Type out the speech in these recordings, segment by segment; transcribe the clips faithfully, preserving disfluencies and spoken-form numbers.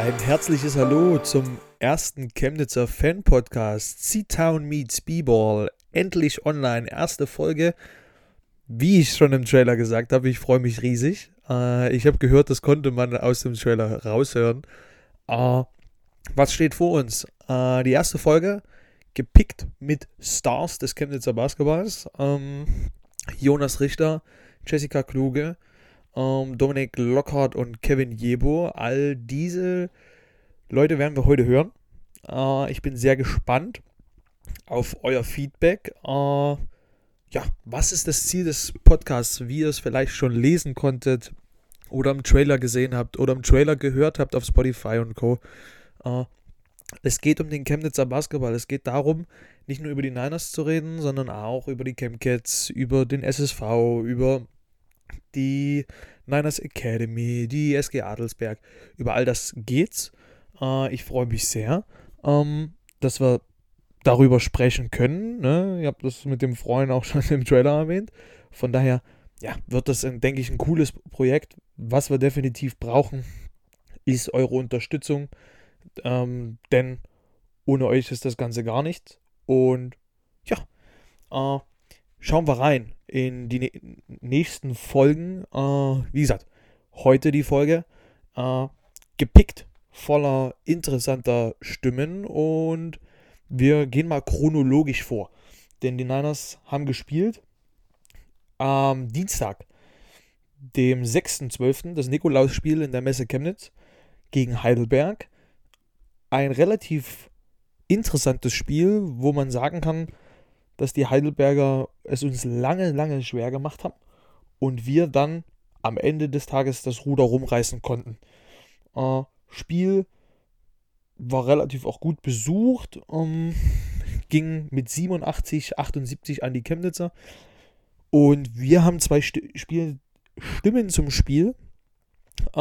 Ein herzliches Hallo zum ersten Chemnitzer Fan-Podcast C-Town meets B-Ball. Endlich online, erste Folge. Wie ich schon im Trailer gesagt habe, ich freue mich riesig. Äh, ich habe gehört, das konnte man aus dem Trailer raushören. Äh, was steht vor uns? Äh, die erste Folge, gepickt mit Stars des Chemnitzer Basketballs. Ähm, Jonas Richter, Jessica Kluge, ähm, Dominik Lockhart und Kevin Jebo. All diese Leute werden wir heute hören. Äh, ich bin sehr gespannt auf euer Feedback. Äh, ja, was ist das Ziel des Podcasts, wie ihr es vielleicht schon lesen konntet oder im Trailer gesehen habt oder im Trailer gehört habt auf Spotify und Co. Äh, es geht um den Chemnitzer Basketball. Es geht darum, nicht nur über die Niners zu reden, sondern auch über die Chemcats, über den S S V, über die Niners Academy, die S G Adelsberg. Über all das geht's. Äh, ich freue mich sehr, ähm, dass wir darüber sprechen können. Ne? Ihr habt das mit dem Freund auch schon im Trailer erwähnt. Von daher ja, wird das, denke ich, ein cooles Projekt. Was wir definitiv brauchen, ist eure Unterstützung. Ähm, denn ohne euch ist das Ganze gar nichts. Und ja, äh, schauen wir rein in die ne- nächsten Folgen. Äh, wie gesagt, heute die Folge äh, gepickt, voller interessanter Stimmen, und wir gehen mal chronologisch vor. Denn die Niners haben gespielt am Dienstag, dem sechsten zwölften, das Nikolausspiel in der Messe Chemnitz gegen Heidelberg. Ein relativ interessantes Spiel, wo man sagen kann, dass die Heidelberger es uns lange, lange schwer gemacht haben und wir dann am Ende des Tages das Ruder rumreißen konnten. Äh, Spiel war relativ auch gut besucht, ähm, ging mit siebenundachtzig, achtundsiebzig an die Chemnitzer, und wir haben zwei St- Spiel- Stimmen zum Spiel, äh,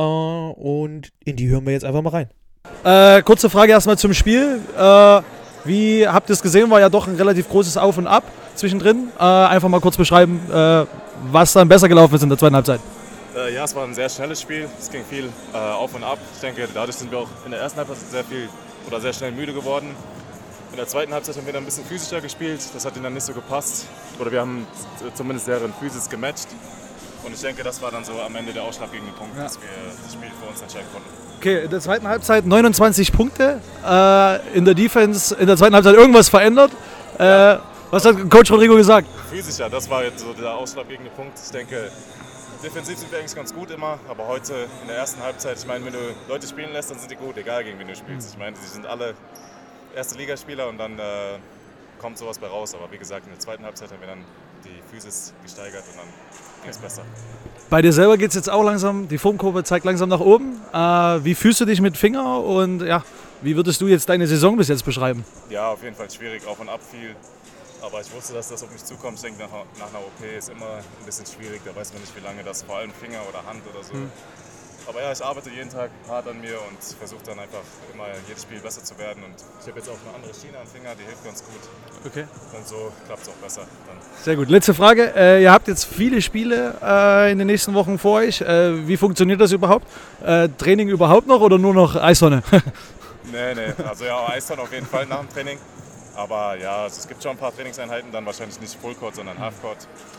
und in die hören wir jetzt einfach mal rein. Äh, kurze Frage erstmal zum Spiel. Äh, wie habt ihr es gesehen? War ja doch ein relativ großes Auf und Ab zwischendrin. Äh, einfach mal kurz beschreiben, äh, was dann besser gelaufen ist in der zweiten Halbzeit. Äh, ja, es war ein sehr schnelles Spiel. Es ging viel äh, auf und ab. Ich denke, dadurch sind wir auch in der ersten Halbzeit sehr viel oder sehr schnell müde geworden. In der zweiten Halbzeit haben wir dann ein bisschen physischer gespielt. Das hat ihnen dann nicht so gepasst. Oder wir haben z- zumindest deren Physis gematcht. Und ich denke, das war dann so am Ende der ausschlaggebende Punkt, Ja. dass wir das Spiel für uns entscheiden konnten. Okay, in der zweiten Halbzeit neunundzwanzig Punkte. Äh, in der Defense in der zweiten Halbzeit irgendwas verändert. Äh, Ja. Was hat Coach Rodrigo gesagt? Physischer, das war jetzt so der ausschlaggebende Punkt. Ich denke, defensiv sind wir eigentlich ganz gut immer, aber heute in der ersten Halbzeit, ich meine, wenn du Leute spielen lässt, dann sind die gut, egal gegen wen du spielst. Ich meine, die sind alle erste Ligaspieler und dann äh, kommt sowas bei raus. Aber wie gesagt, in der zweiten Halbzeit haben wir dann die Physis gesteigert und dann ging es besser. Bei dir selber geht es jetzt auch langsam, die Formkurve zeigt langsam nach oben. Äh, wie fühlst du dich mit Finger, und ja, wie würdest du jetzt deine Saison bis jetzt beschreiben? Ja, auf jeden Fall schwierig, auf und ab viel. Aber ich wusste, dass das auf mich zukommt. Ich denke, nach, nach einer O P ist immer ein bisschen schwierig. Da weiß man nicht, wie lange das, vor allem Finger oder Hand oder so. Mhm. Aber ja, ich arbeite jeden Tag hart an mir und versuche dann einfach immer jedes Spiel besser zu werden. Und ich habe jetzt auch eine andere Schiene am Finger, die hilft ganz gut. Okay. Und so klappt es auch besser. Dann. Sehr gut. Letzte Frage. Äh, ihr habt jetzt viele Spiele äh, in den nächsten Wochen vor euch. Äh, wie funktioniert das überhaupt? Äh, Training überhaupt noch oder nur noch Eishonne? Nee, nee. Also ja, Eiston auf jeden Fall nach dem Training. Aber ja, also es gibt schon ein paar Trainingseinheiten, dann wahrscheinlich nicht Fullcourt, sondern Halfcourt.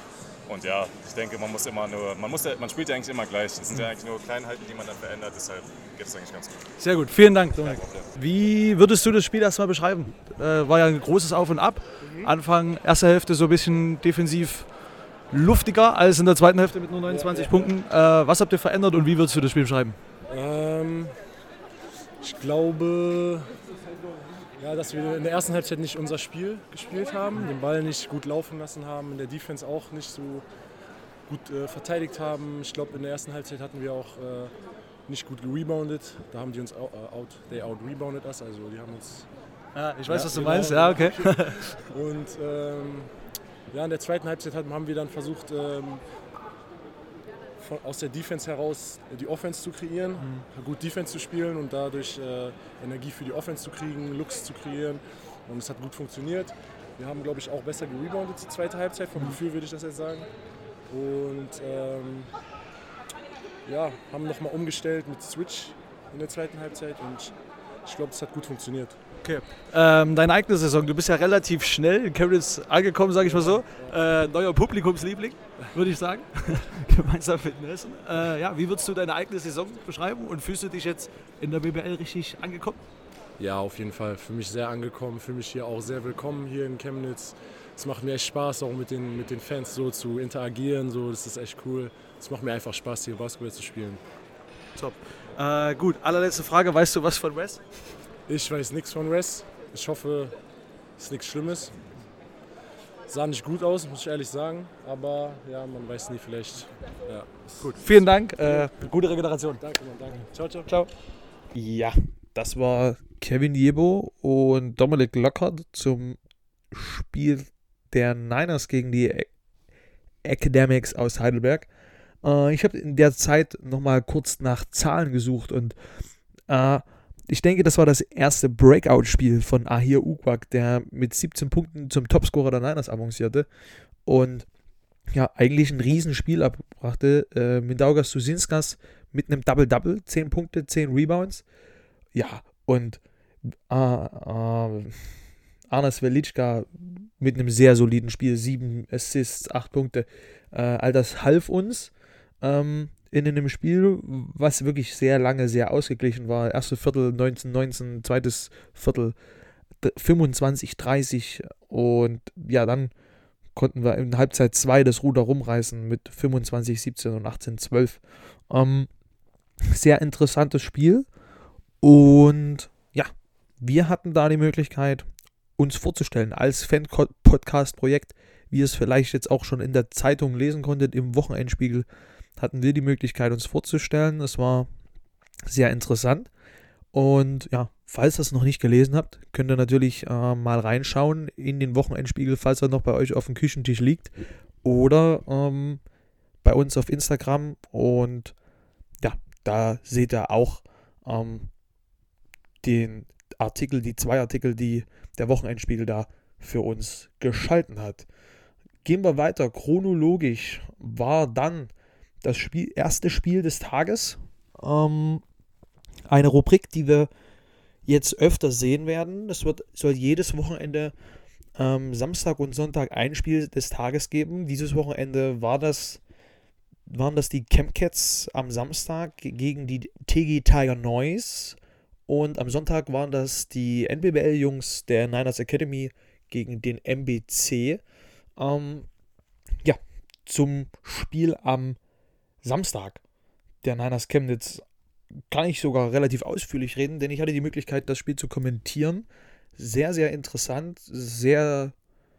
Und ja, ich denke, man muss immer nur, man, muss ja, man spielt ja eigentlich immer gleich. Es sind ja eigentlich nur Kleinheiten, die man dann verändert, deshalb geht es eigentlich ganz gut. Sehr gut. Vielen Dank, Dominik. Kein Problem. Wie würdest du das Spiel erstmal beschreiben? Äh, war ja ein großes Auf und Ab. Anfang, erste Hälfte so ein bisschen defensiv luftiger als in der zweiten Hälfte mit nur neunundzwanzig Punkten. Äh, was habt ihr verändert und wie würdest du das Spiel beschreiben? Ähm, ich glaube, ja, dass wir in der ersten Halbzeit nicht unser Spiel gespielt haben, den Ball nicht gut laufen lassen haben, in der Defense auch nicht so gut äh, verteidigt haben. Ich glaube, in der ersten Halbzeit hatten wir auch äh, nicht gut gereboundet. Da haben die uns out, out, they out-rebounded us, also die haben uns... Ja, ich weiß, Ja, was du genau. meinst. Ja, okay. Und ähm, ja, in der zweiten Halbzeit haben wir dann versucht, ähm, von, aus der Defense heraus die Offense zu kreieren, mhm. gut Defense zu spielen und dadurch äh, Energie für die Offense zu kriegen, Looks zu kreieren. Und es hat gut funktioniert. Wir haben, glaube ich, auch besser gereboundet die zweite Halbzeit, vom Gefühl würde ich das jetzt sagen. Und ähm, ja, haben nochmal umgestellt mit Switch in der zweiten Halbzeit und ich glaube, es hat gut funktioniert. Okay. Ähm, deine eigene Saison, du bist ja relativ schnell in Chemnitz angekommen, sage ich mal so. Äh, neuer Publikumsliebling, würde ich sagen. Gemeinsam mit Nelson. Äh, ja, wie würdest du deine eigene Saison beschreiben und fühlst du dich jetzt in der B B L richtig angekommen? Ja, auf jeden Fall. Für mich sehr angekommen, für mich hier auch sehr willkommen hier in Chemnitz. Es macht mir echt Spaß, auch mit den, mit den Fans so zu interagieren. So. Das ist echt cool. Es macht mir einfach Spaß, hier Basketball zu spielen. Top. Äh, gut, allerletzte Frage. Weißt du was von Wes? Ich weiß nichts von Wes. Ich hoffe, es ist nichts Schlimmes. Sah nicht gut aus, muss ich ehrlich sagen. Aber ja, man weiß nie, vielleicht. Ja. Gut, vielen Dank. Äh, gute Regeneration. Danke, Mann, danke. Ciao, ciao. Ciao. Ja, das war Kevin Jebo und Dominik Lockhart zum Spiel der Niners gegen die Academics aus Heidelberg. Äh, ich habe in der Zeit nochmal kurz nach Zahlen gesucht und äh, ich denke, das war das erste Breakout-Spiel von Ahir Uquak, der mit siebzehn Punkten zum Topscorer der Niners avancierte und ja, eigentlich ein Riesenspiel abbrachte. Äh, Mindaugas Susinskas mit einem Double-Double, zehn Punkte, zehn Rebounds. Ja, und äh, äh, Arnas Velitschka mit einem sehr soliden Spiel, sieben Assists, acht Punkte. Äh, all das half uns ähm, in einem Spiel, was wirklich sehr lange sehr ausgeglichen war. Erste Viertel neunzehn neunzehn, zweites Viertel fünfundzwanzig dreißig und ja, dann konnten wir in Halbzeit zwei das Ruder rumreißen mit fünfundzwanzig siebzehn und achtzehn zwölf. Ähm, sehr interessantes Spiel und ja, wir hatten da die Möglichkeit, uns vorzustellen als Fan-Podcast-Projekt, wie ihr es vielleicht jetzt auch schon in der Zeitung lesen konntet, im Wochenendspiegel hatten wir die Möglichkeit, uns vorzustellen. Es war sehr interessant. Und ja, falls ihr es noch nicht gelesen habt, könnt ihr natürlich äh, mal reinschauen in den Wochenendspiegel, falls er noch bei euch auf dem Küchentisch liegt. Oder ähm, bei uns auf Instagram. Und ja, da seht ihr auch ähm, den Artikel, die zwei Artikel, die der Wochenendspiegel da für uns geschalten hat. Gehen wir weiter. Chronologisch war dann das Spiel, erste Spiel des Tages. Ähm, eine Rubrik, die wir jetzt öfter sehen werden. Es wird, soll jedes Wochenende ähm, Samstag und Sonntag ein Spiel des Tages geben. Dieses Wochenende war das, waren das die Chemcats am Samstag gegen die T G Tiger Noise. Und am Sonntag waren das die N B B L-Jungs der Niners Academy gegen den M B C. Ähm, ja, zum Spiel am Samstag der Niners Chemnitz kann ich sogar relativ ausführlich reden, denn ich hatte die Möglichkeit, das Spiel zu kommentieren. Sehr, sehr interessant, sehr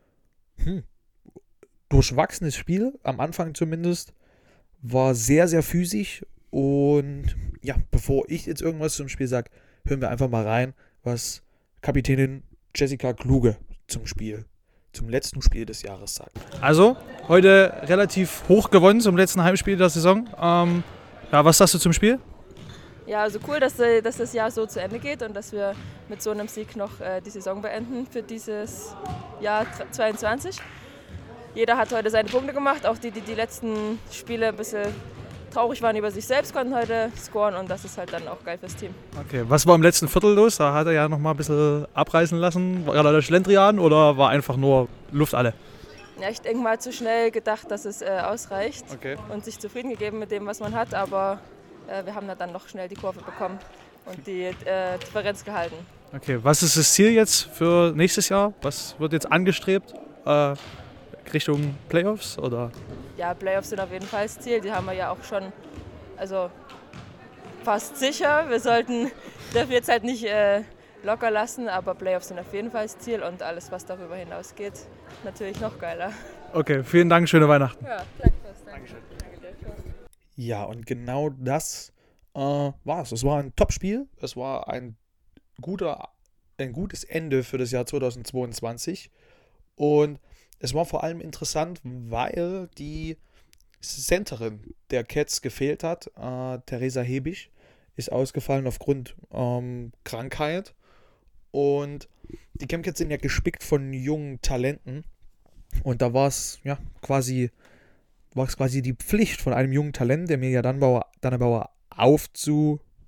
hm, durchwachsenes Spiel, am Anfang zumindest. War sehr, sehr physisch und ja, bevor ich jetzt irgendwas zum Spiel sage, hören wir einfach mal rein, was Kapitänin Jessica Kluge zum Spiel, zum letzten Spiel des Jahres sagt. Also, heute relativ hoch gewonnen zum letzten Heimspiel der Saison. Ähm, ja, was sagst du zum Spiel? Ja, also cool, dass, dass das Jahr so zu Ende geht und dass wir mit so einem Sieg noch äh, die Saison beenden für dieses Jahr zweiundzwanzig. Jeder hat heute seine Punkte gemacht, auch die, die die letzten Spiele ein bisschen traurig waren über sich selbst, konnten heute scoren und das ist halt dann auch geil fürs Team. Okay, was war im letzten Viertel los? Da hat er ja noch mal ein bisschen abreißen lassen. War da der Schlendrian oder war einfach nur Luft alle? Ja, ich denke mal zu schnell gedacht, dass es äh, ausreicht okay. und sich zufrieden gegeben mit dem, was man hat, aber äh, wir haben da dann noch schnell die Kurve bekommen und die äh, Differenz gehalten. Okay, was ist das Ziel jetzt für nächstes Jahr? Was wird jetzt angestrebt? Äh, Richtung Playoffs oder? Ja, Playoffs sind auf jeden Fall das Ziel. Die haben wir ja auch schon, also fast sicher. Wir sollten dürfen jetzt halt nicht äh, locker lassen, aber Playoffs sind auf jeden Fall das Ziel und alles, was darüber hinausgeht, natürlich noch geiler. Okay, vielen Dank, schöne Weihnachten. Ja, danke fürs Dankeschön. Danke dir. Ja, und genau das äh, war es. Es war ein Top-Spiel. Es war ein guter, ein gutes Ende für das Jahr zweitausendzweiundzwanzig und es war vor allem interessant, weil die Centerin der Cats gefehlt hat. Äh, Theresa Hebisch ist ausgefallen aufgrund ähm, Krankheit. Und die Chemcats sind ja gespickt von jungen Talenten. Und da war es ja quasi, war es quasi die Pflicht von einem jungen Talent, der Mirja Dannebauer, Dannebauer aufzu,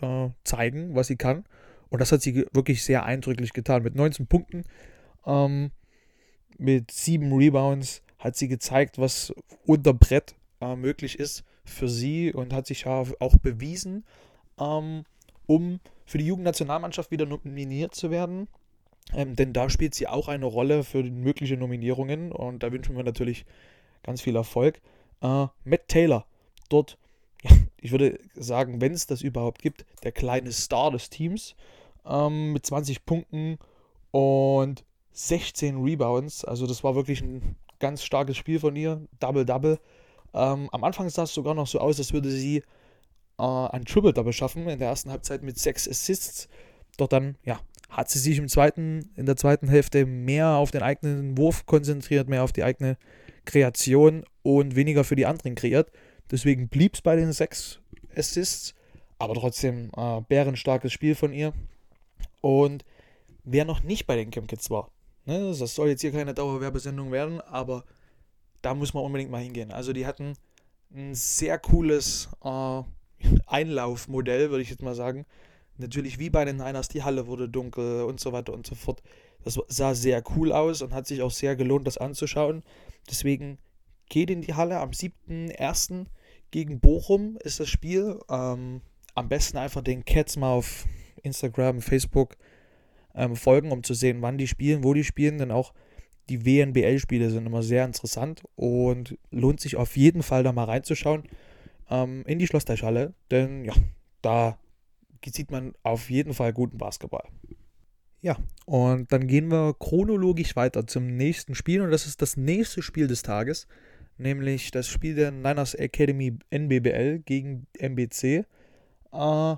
äh, zeigen, was sie kann. Und das hat sie wirklich sehr eindrücklich getan. Mit neunzehn Punkten, ähm, mit sieben Rebounds hat sie gezeigt, was unter Brett äh, möglich ist für sie und hat sich ja auch bewiesen, ähm, um für die Jugendnationalmannschaft wieder nominiert zu werden. Ähm, denn da spielt sie auch eine Rolle für mögliche Nominierungen und da wünschen wir natürlich ganz viel Erfolg. Äh, Matt Taylor, dort, ja, ich würde sagen, wenn es das überhaupt gibt, der kleine Star des Teams ähm, mit zwanzig Punkten und sechzehn Rebounds. Also das war wirklich ein ganz starkes Spiel von ihr, Double-Double. Ähm, am Anfang sah es sogar noch so aus, als würde sie äh, ein Triple-Double schaffen in der ersten Halbzeit mit sechs Assists. Doch dann, ja, hat sie sich im zweiten, in der zweiten Hälfte mehr auf den eigenen Wurf konzentriert, mehr auf die eigene Kreation und weniger für die anderen kreiert. Deswegen blieb es bei den sechs Assists, aber trotzdem äh, bärenstarkes Spiel von ihr. Und wer noch nicht bei den Chemkids war, ne, das soll jetzt hier keine Dauerwerbesendung werden, aber da muss man unbedingt mal hingehen. Also die hatten ein sehr cooles äh, Einlaufmodell, würde ich jetzt mal sagen. Natürlich wie bei den Niners, die Halle wurde dunkel und so weiter und so fort. Das sah sehr cool aus und hat sich auch sehr gelohnt, das anzuschauen. Deswegen geht in die Halle am siebten ersten gegen Bochum ist das Spiel. Ähm, am besten einfach den Cats mal auf Instagram, Facebook ähm, folgen, um zu sehen, wann die spielen, wo die spielen. Denn auch die W N B L-Spiele sind immer sehr interessant und lohnt sich auf jeden Fall da mal reinzuschauen ähm, in die Schlossteichhalle. Denn ja, da sieht man auf jeden Fall guten Basketball. Ja, und dann gehen wir chronologisch weiter zum nächsten Spiel und das ist das nächste Spiel des Tages, nämlich das Spiel der Niners Academy N B B L gegen M B C. Äh, ja,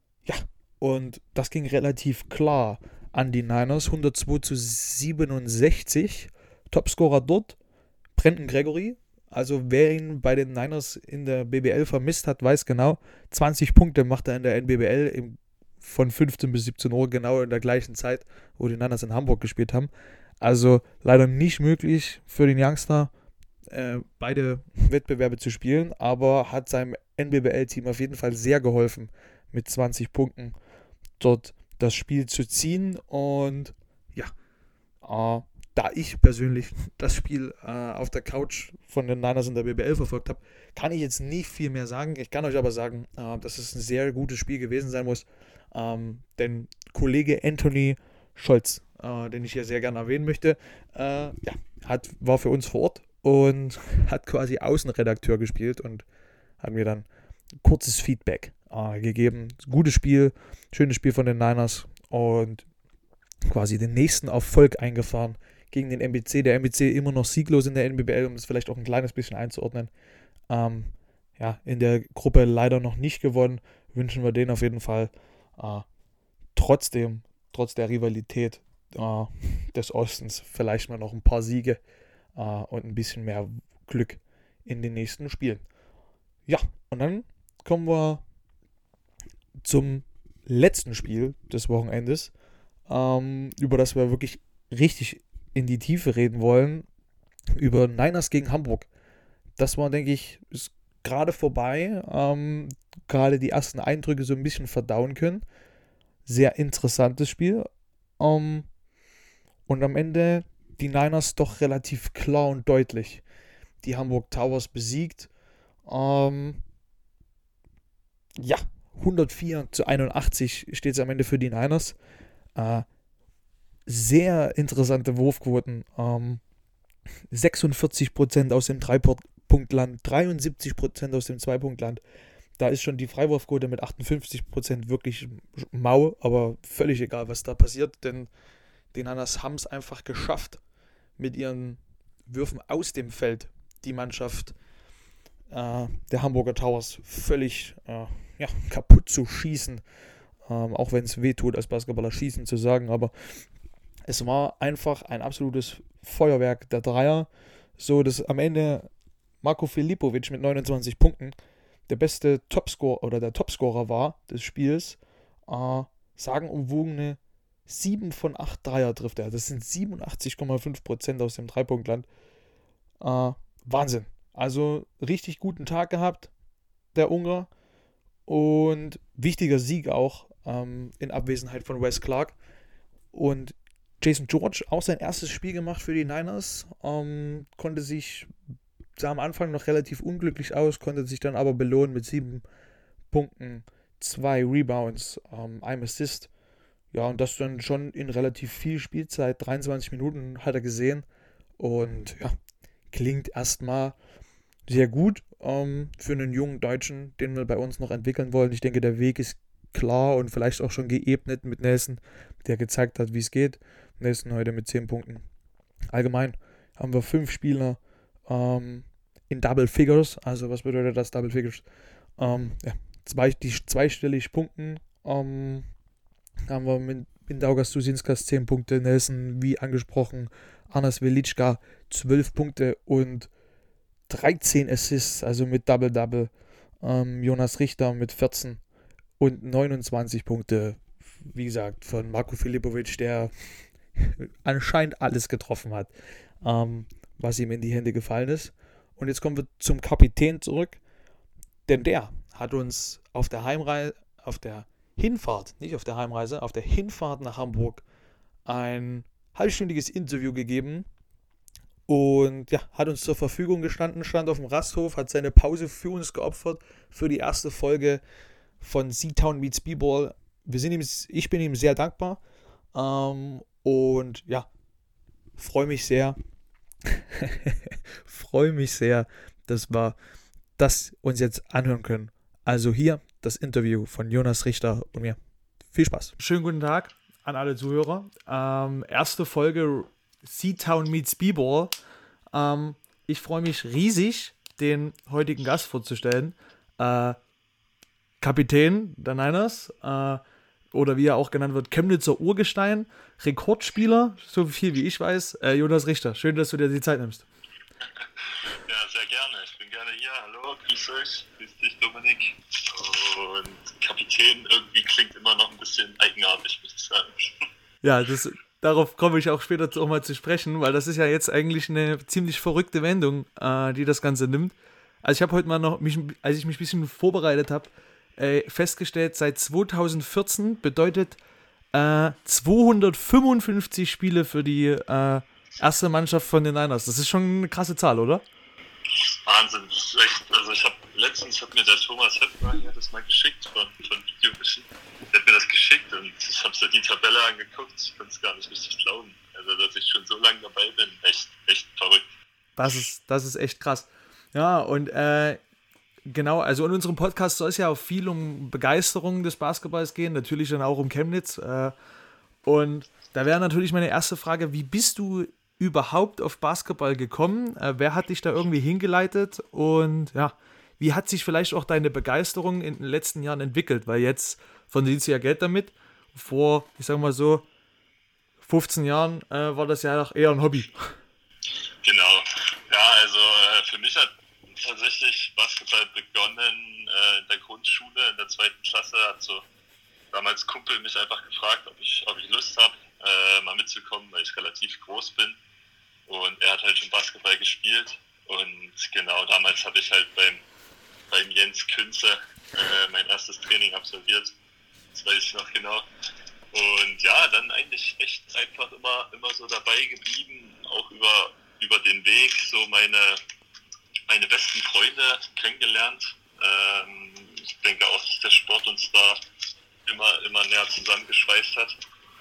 und das ging relativ klar an die Niners, hundertzwei zu siebenundsechzig. Topscorer dort, Brandon Gregory. Also wer ihn bei den Niners in der B B L vermisst hat, weiß genau, zwanzig Punkte macht er in der N B B L im, von fünfzehn bis siebzehn Uhr, genau in der gleichen Zeit, wo die Niners in Hamburg gespielt haben. Also leider nicht möglich für den Youngster, äh, beide Wettbewerbe zu spielen, aber hat seinem N B B L-Team auf jeden Fall sehr geholfen, mit zwanzig Punkten dort das Spiel zu ziehen. Und ja, äh, da ich persönlich das Spiel äh, auf der Couch von den Niners in der B B L verfolgt habe, kann ich jetzt nicht viel mehr sagen. Ich kann euch aber sagen, äh, dass es ein sehr gutes Spiel gewesen sein muss. Ähm, denn Kollege Anthony Scholz, äh, den ich hier sehr gerne erwähnen möchte, äh, ja, hat, war für uns vor Ort und hat quasi Außenredakteur gespielt und hat mir dann kurzes Feedback äh, gegeben. Gutes Spiel, schönes Spiel von den Niners und quasi den nächsten Erfolg eingefahren gegen den M B C. Der M B C immer noch sieglos in der N B B L, um das vielleicht auch ein kleines bisschen einzuordnen. Ähm, ja, in der Gruppe leider noch nicht gewonnen. Wünschen wir denen auf jeden Fall äh, trotzdem, trotz der Rivalität äh, des Ostens, vielleicht mal noch ein paar Siege äh, und ein bisschen mehr Glück in den nächsten Spielen. Ja, und dann kommen wir zum letzten Spiel des Wochenendes, ähm, über das wir wirklich richtig in die Tiefe reden wollen, über Niners gegen Hamburg. Das war, denke ich, ist gerade vorbei, ähm, gerade die ersten Eindrücke so ein bisschen verdauen können. Sehr interessantes Spiel. Ähm, und am Ende die Niners doch relativ klar und deutlich die Hamburg Towers besiegt. Ähm, ja, hundertvier zu einundachtzig steht es am Ende für die Niners. Äh, sehr interessante Wurfquoten. Ähm, sechsundvierzig Prozent aus dem Drei-Punkt-Land, dreiundsiebzig Prozent aus dem Zwei-Punkt-Land. Da ist schon die Freiwurfquote mit achtundfünfzig Prozent wirklich mau, aber völlig egal, was da passiert, denn die Niners haben es einfach geschafft, mit ihren Würfen aus dem Feld die Mannschaft äh, der Hamburger Towers völlig äh, ja, kaputt zu schießen. Ähm, auch wenn es weh tut, als Basketballer schießen zu sagen, aber es war einfach ein absolutes Feuerwerk der Dreier, so dass am Ende Marko Filipovic mit neunundzwanzig Punkten der beste Topscorer oder der Topscorer war des Spiels. Äh, sagenumwogene sieben von acht Dreier trifft er. Das sind siebenundachtzig Komma fünf Prozent aus dem Dreipunktland. Äh, Wahnsinn. Also richtig guten Tag gehabt, der Ungar. und wichtiger Sieg auch ähm, in Abwesenheit von Wes Clark. Und Jason George auch sein erstes Spiel gemacht für die Niners, ähm, konnte sich, sah am Anfang noch relativ unglücklich aus, konnte sich dann aber belohnen mit sieben Punkten, zwei Rebounds, ähm, einem Assist. Ja, und das dann schon in relativ viel Spielzeit, dreiundzwanzig Minuten hat er gesehen. Und ja, klingt erstmal sehr gut ähm, für einen jungen Deutschen, den wir bei uns noch entwickeln wollen. Ich denke, der Weg ist klar und vielleicht auch schon geebnet mit Nelson, der gezeigt hat, wie es geht. Nelson heute mit zehn Punkten. Allgemein haben wir fünf Spieler ähm, in Double Figures. Also was bedeutet das, Double Figures? Ähm, ja, zwei, die zweistellig Punkten. Ähm, haben wir mit, mit Daugas Dusinskas zehn Punkte, Nelson, wie angesprochen, Anas Velitschka zwölf Punkte und dreizehn Assists, also mit Double-Double. Ähm, Jonas Richter mit vierzehn und neunundzwanzig Punkte, wie gesagt, von Marko Filipovic, der anscheinend alles getroffen hat, ähm, was ihm in die Hände gefallen ist. Und jetzt kommen wir zum Kapitän zurück, denn der hat uns auf der Heimreise, auf der Hinfahrt, nicht auf der Heimreise, auf der Hinfahrt nach Hamburg ein halbstündiges Interview gegeben und ja, hat uns zur Verfügung gestanden, stand auf dem Rasthof, hat seine Pause für uns geopfert, für die erste Folge von C-Town Meets B-Ball. Wir sind ihm, ich bin ihm sehr dankbar ähm, und ja, freue mich sehr, freue mich sehr, dass wir das uns jetzt anhören können. Also hier das Interview von Jonas Richter und mir. Viel Spaß. Schönen guten Tag an alle Zuhörer. Ähm, erste Folge C-Town Meets B-Ball. Ähm, ich freue mich riesig, den heutigen Gast vorzustellen. Äh, Kapitän der Niners, äh, oder wie er auch genannt wird, Chemnitzer Urgestein, Rekordspieler, so viel wie ich weiß, äh, Jonas Richter. Schön, dass du dir die Zeit nimmst. Ja, sehr gerne. Ich bin gerne hier. Hallo, grüß euch. Grüß dich, Dominik. Und Kapitän irgendwie klingt immer noch ein bisschen eigenartig, muss ich sagen. Ja, das, darauf komme ich auch später auch mal zu sprechen, weil das ist ja jetzt eigentlich eine ziemlich verrückte Wendung, äh, die das Ganze nimmt. Also ich habe heute mal noch, mich, als ich mich ein bisschen vorbereitet habe, äh, festgestellt, seit zweitausendvierzehn bedeutet äh, zweihundertfünfundfünfzig Spiele für die äh, erste Mannschaft von den Niners. Das ist schon eine krasse Zahl, oder? Wahnsinn, das ist echt, also ich habe, letztens hat mir der Thomas Höppner hier das mal geschickt von, von Videovision. Der hat mir das geschickt und ich habe so die Tabelle angeguckt, ich konnte es gar nicht richtig glauben. Also, dass ich schon so lange dabei bin, echt, echt verrückt. Das ist, das ist echt krass. Ja, und äh, genau, also in unserem Podcast soll es ja auch viel um Begeisterung des Basketballs gehen, natürlich dann auch um Chemnitz. Äh, und da wäre natürlich meine erste Frage, wie bist du überhaupt auf Basketball gekommen? Äh, wer hat dich da irgendwie hingeleitet? Und ja, wie hat sich vielleicht auch deine Begeisterung in den letzten Jahren entwickelt? Weil jetzt verdienst du ja Geld damit. Vor, ich sag mal so, fünfzehn Jahren äh, war das ja eher ein Hobby. Genau. Ja, also äh, für mich hat tatsächlich Basketball begonnen äh, in der Grundschule, in der zweiten Klasse. Hat so damals Kumpel mich einfach gefragt, ob ich, ob ich Lust habe, äh, mal mitzukommen, weil ich relativ groß bin. Und er hat halt schon Basketball gespielt. Und genau damals habe ich halt beim, beim Jens Künze äh, mein erstes Training absolviert. Das weiß ich noch genau. Und ja, dann eigentlich echt einfach immer, immer so dabei geblieben, auch über, über den Weg so meine, meine besten Freunde kennengelernt. Ähm, ich denke auch, dass der Sport uns da immer, immer näher zusammengeschweißt hat.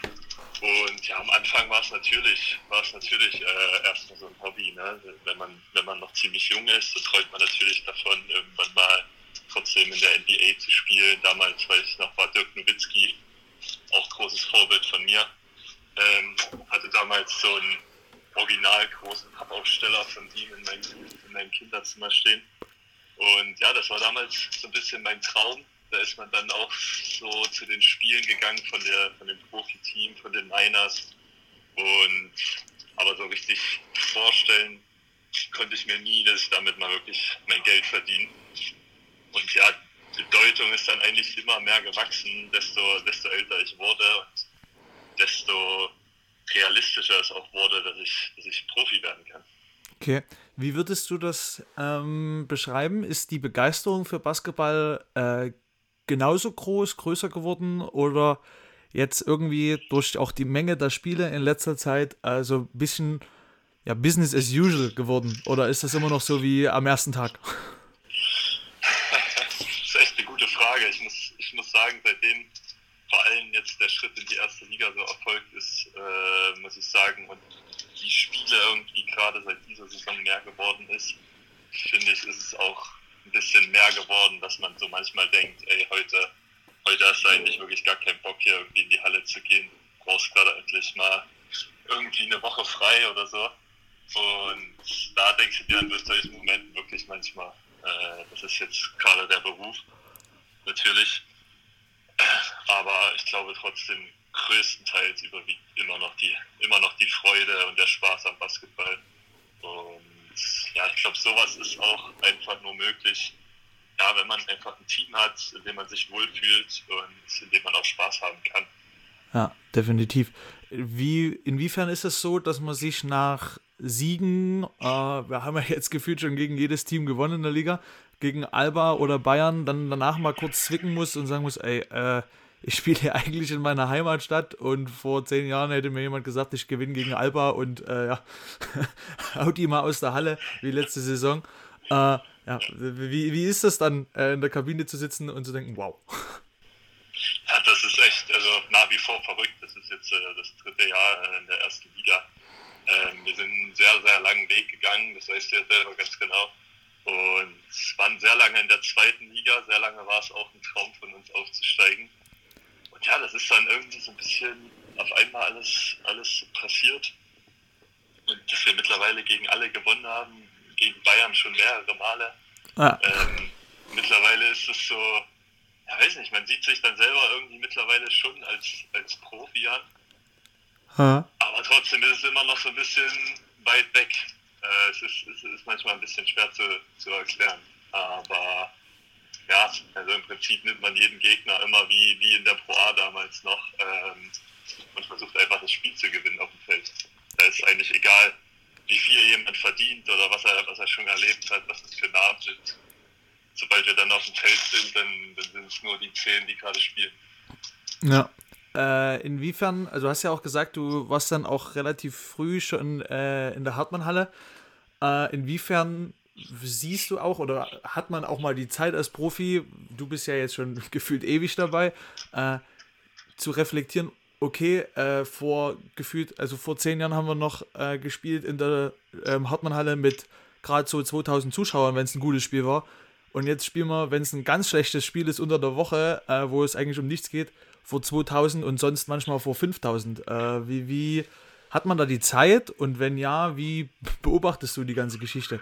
Und ja, am Anfang war es natürlich, war es natürlich äh, erstmal so ein Hobby, ne? Wenn man, wenn man noch ziemlich jung ist, so träumt man natürlich davon, irgendwann mal trotzdem in der N B A zu spielen. Damals, weiß ich noch, war Dirk Nowitzki auch großes Vorbild von mir. Ähm, hatte damals so einen original großen Pappaufsteller von ihm in meinem, in meinem Kinderzimmer stehen. Und ja, das war damals so ein bisschen mein Traum. Da ist man dann auch so zu den Spielen gegangen von der von dem Profiteam, von den Niners. Und aber so richtig vorstellen konnte ich mir nie, dass ich damit mal wirklich mein Geld verdiene. Und ja, die Bedeutung ist dann eigentlich immer mehr gewachsen, desto, desto älter ich wurde und desto realistischer es auch wurde, dass ich, dass ich Profi werden kann. Okay, wie würdest du das ähm, beschreiben? Ist die Begeisterung für Basketball äh, genauso groß, größer geworden oder jetzt irgendwie durch auch die Menge der Spiele in letzter Zeit also ein bisschen ja, Business as usual geworden? Oder ist das immer noch so wie am ersten Tag? Das ist echt eine gute Frage. Ich muss, ich muss sagen, seitdem vor allem jetzt der Schritt in die erste Liga so erfolgt ist, äh, muss ich sagen, und die Spiele irgendwie gerade seit dieser Saison mehr geworden ist, finde ich, ist es auch ein bisschen mehr geworden, dass man so manchmal denkt, ey, heute, heute hast du eigentlich wirklich gar keinen Bock, hier irgendwie in die Halle zu gehen. Du brauchst gerade endlich mal irgendwie eine Woche frei oder so. Und da denke ich dir in solchen Momenten wirklich manchmal, äh, das ist jetzt gerade der Beruf, natürlich. Aber ich glaube trotzdem, größtenteils überwiegt immer noch die, immer noch die Freude und der Spaß am Basketball. Und ja, ich glaube, sowas ist auch einfach nur möglich, ja, wenn man einfach ein Team hat, in dem man sich wohlfühlt und in dem man auch Spaß haben kann. Ja, definitiv. Wie, inwiefern ist es so, dass man sich nach Siegen, äh, wir haben ja jetzt gefühlt schon gegen jedes Team gewonnen in der Liga, gegen Alba oder Bayern, dann danach mal kurz zwicken muss und sagen muss, ey, äh, ich spiele hier eigentlich in meiner Heimatstadt und vor zehn Jahren hätte mir jemand gesagt, ich gewinne gegen Alba und äh, ja, haut die mal aus der Halle wie letzte Saison. Äh, ja, wie, wie ist das dann, äh, in der Kabine zu sitzen und zu denken, wow. Ja, das ist echt, also nach wie vor verrückt. Das ist jetzt äh, das dritte Jahr äh, in der ersten Liga. Ähm, wir sind einen sehr, sehr langen Weg gegangen, das weißt du ja selber ganz genau. Und waren sehr lange in der zweiten Liga, sehr lange war es auch ein Traum von uns aufzusteigen. Und ja, das ist dann irgendwie so ein bisschen auf einmal alles, alles passiert. Und dass wir mittlerweile gegen alle gewonnen haben, gegen Bayern schon mehrere Male. Ah. Ähm, mittlerweile ist es so, ja weiß nicht, man sieht sich dann selber irgendwie mittlerweile schon als, als Profi an. Ha. Aber trotzdem ist es immer noch so ein bisschen weit weg. Äh, es, ist, es ist manchmal ein bisschen schwer zu, zu erklären. Aber ja, also im Prinzip nimmt man jeden Gegner immer wie, wie in der Pro A damals noch ähm, und versucht einfach das Spiel zu gewinnen auf dem Feld. Da ist eigentlich egal, wie viel jemand verdient oder was er, was er schon erlebt hat, was das für Namen sind. Sobald wir dann auf dem Feld sind, dann, dann sind es nur die zehn, die gerade spielen. Ja. Äh, inwiefern, also du hast ja auch gesagt, du warst dann auch relativ früh schon äh, in der Hartmann-Halle. Äh, inwiefern siehst du auch, oder hat man auch mal die Zeit als Profi, du bist ja jetzt schon gefühlt ewig dabei, äh, zu reflektieren, okay, äh, vor gefühlt, also vor zehn Jahren haben wir noch äh, gespielt in der ähm, Hartmann-Halle mit gerade so zweitausend Zuschauern, wenn es ein gutes Spiel war. Und jetzt spielen wir, wenn es ein ganz schlechtes Spiel ist unter der Woche, äh, wo es eigentlich um nichts geht, vor zweitausend und sonst manchmal vor fünftausend. Äh, wie, wie hat man da die Zeit? Und wenn ja, wie beobachtest du die ganze Geschichte?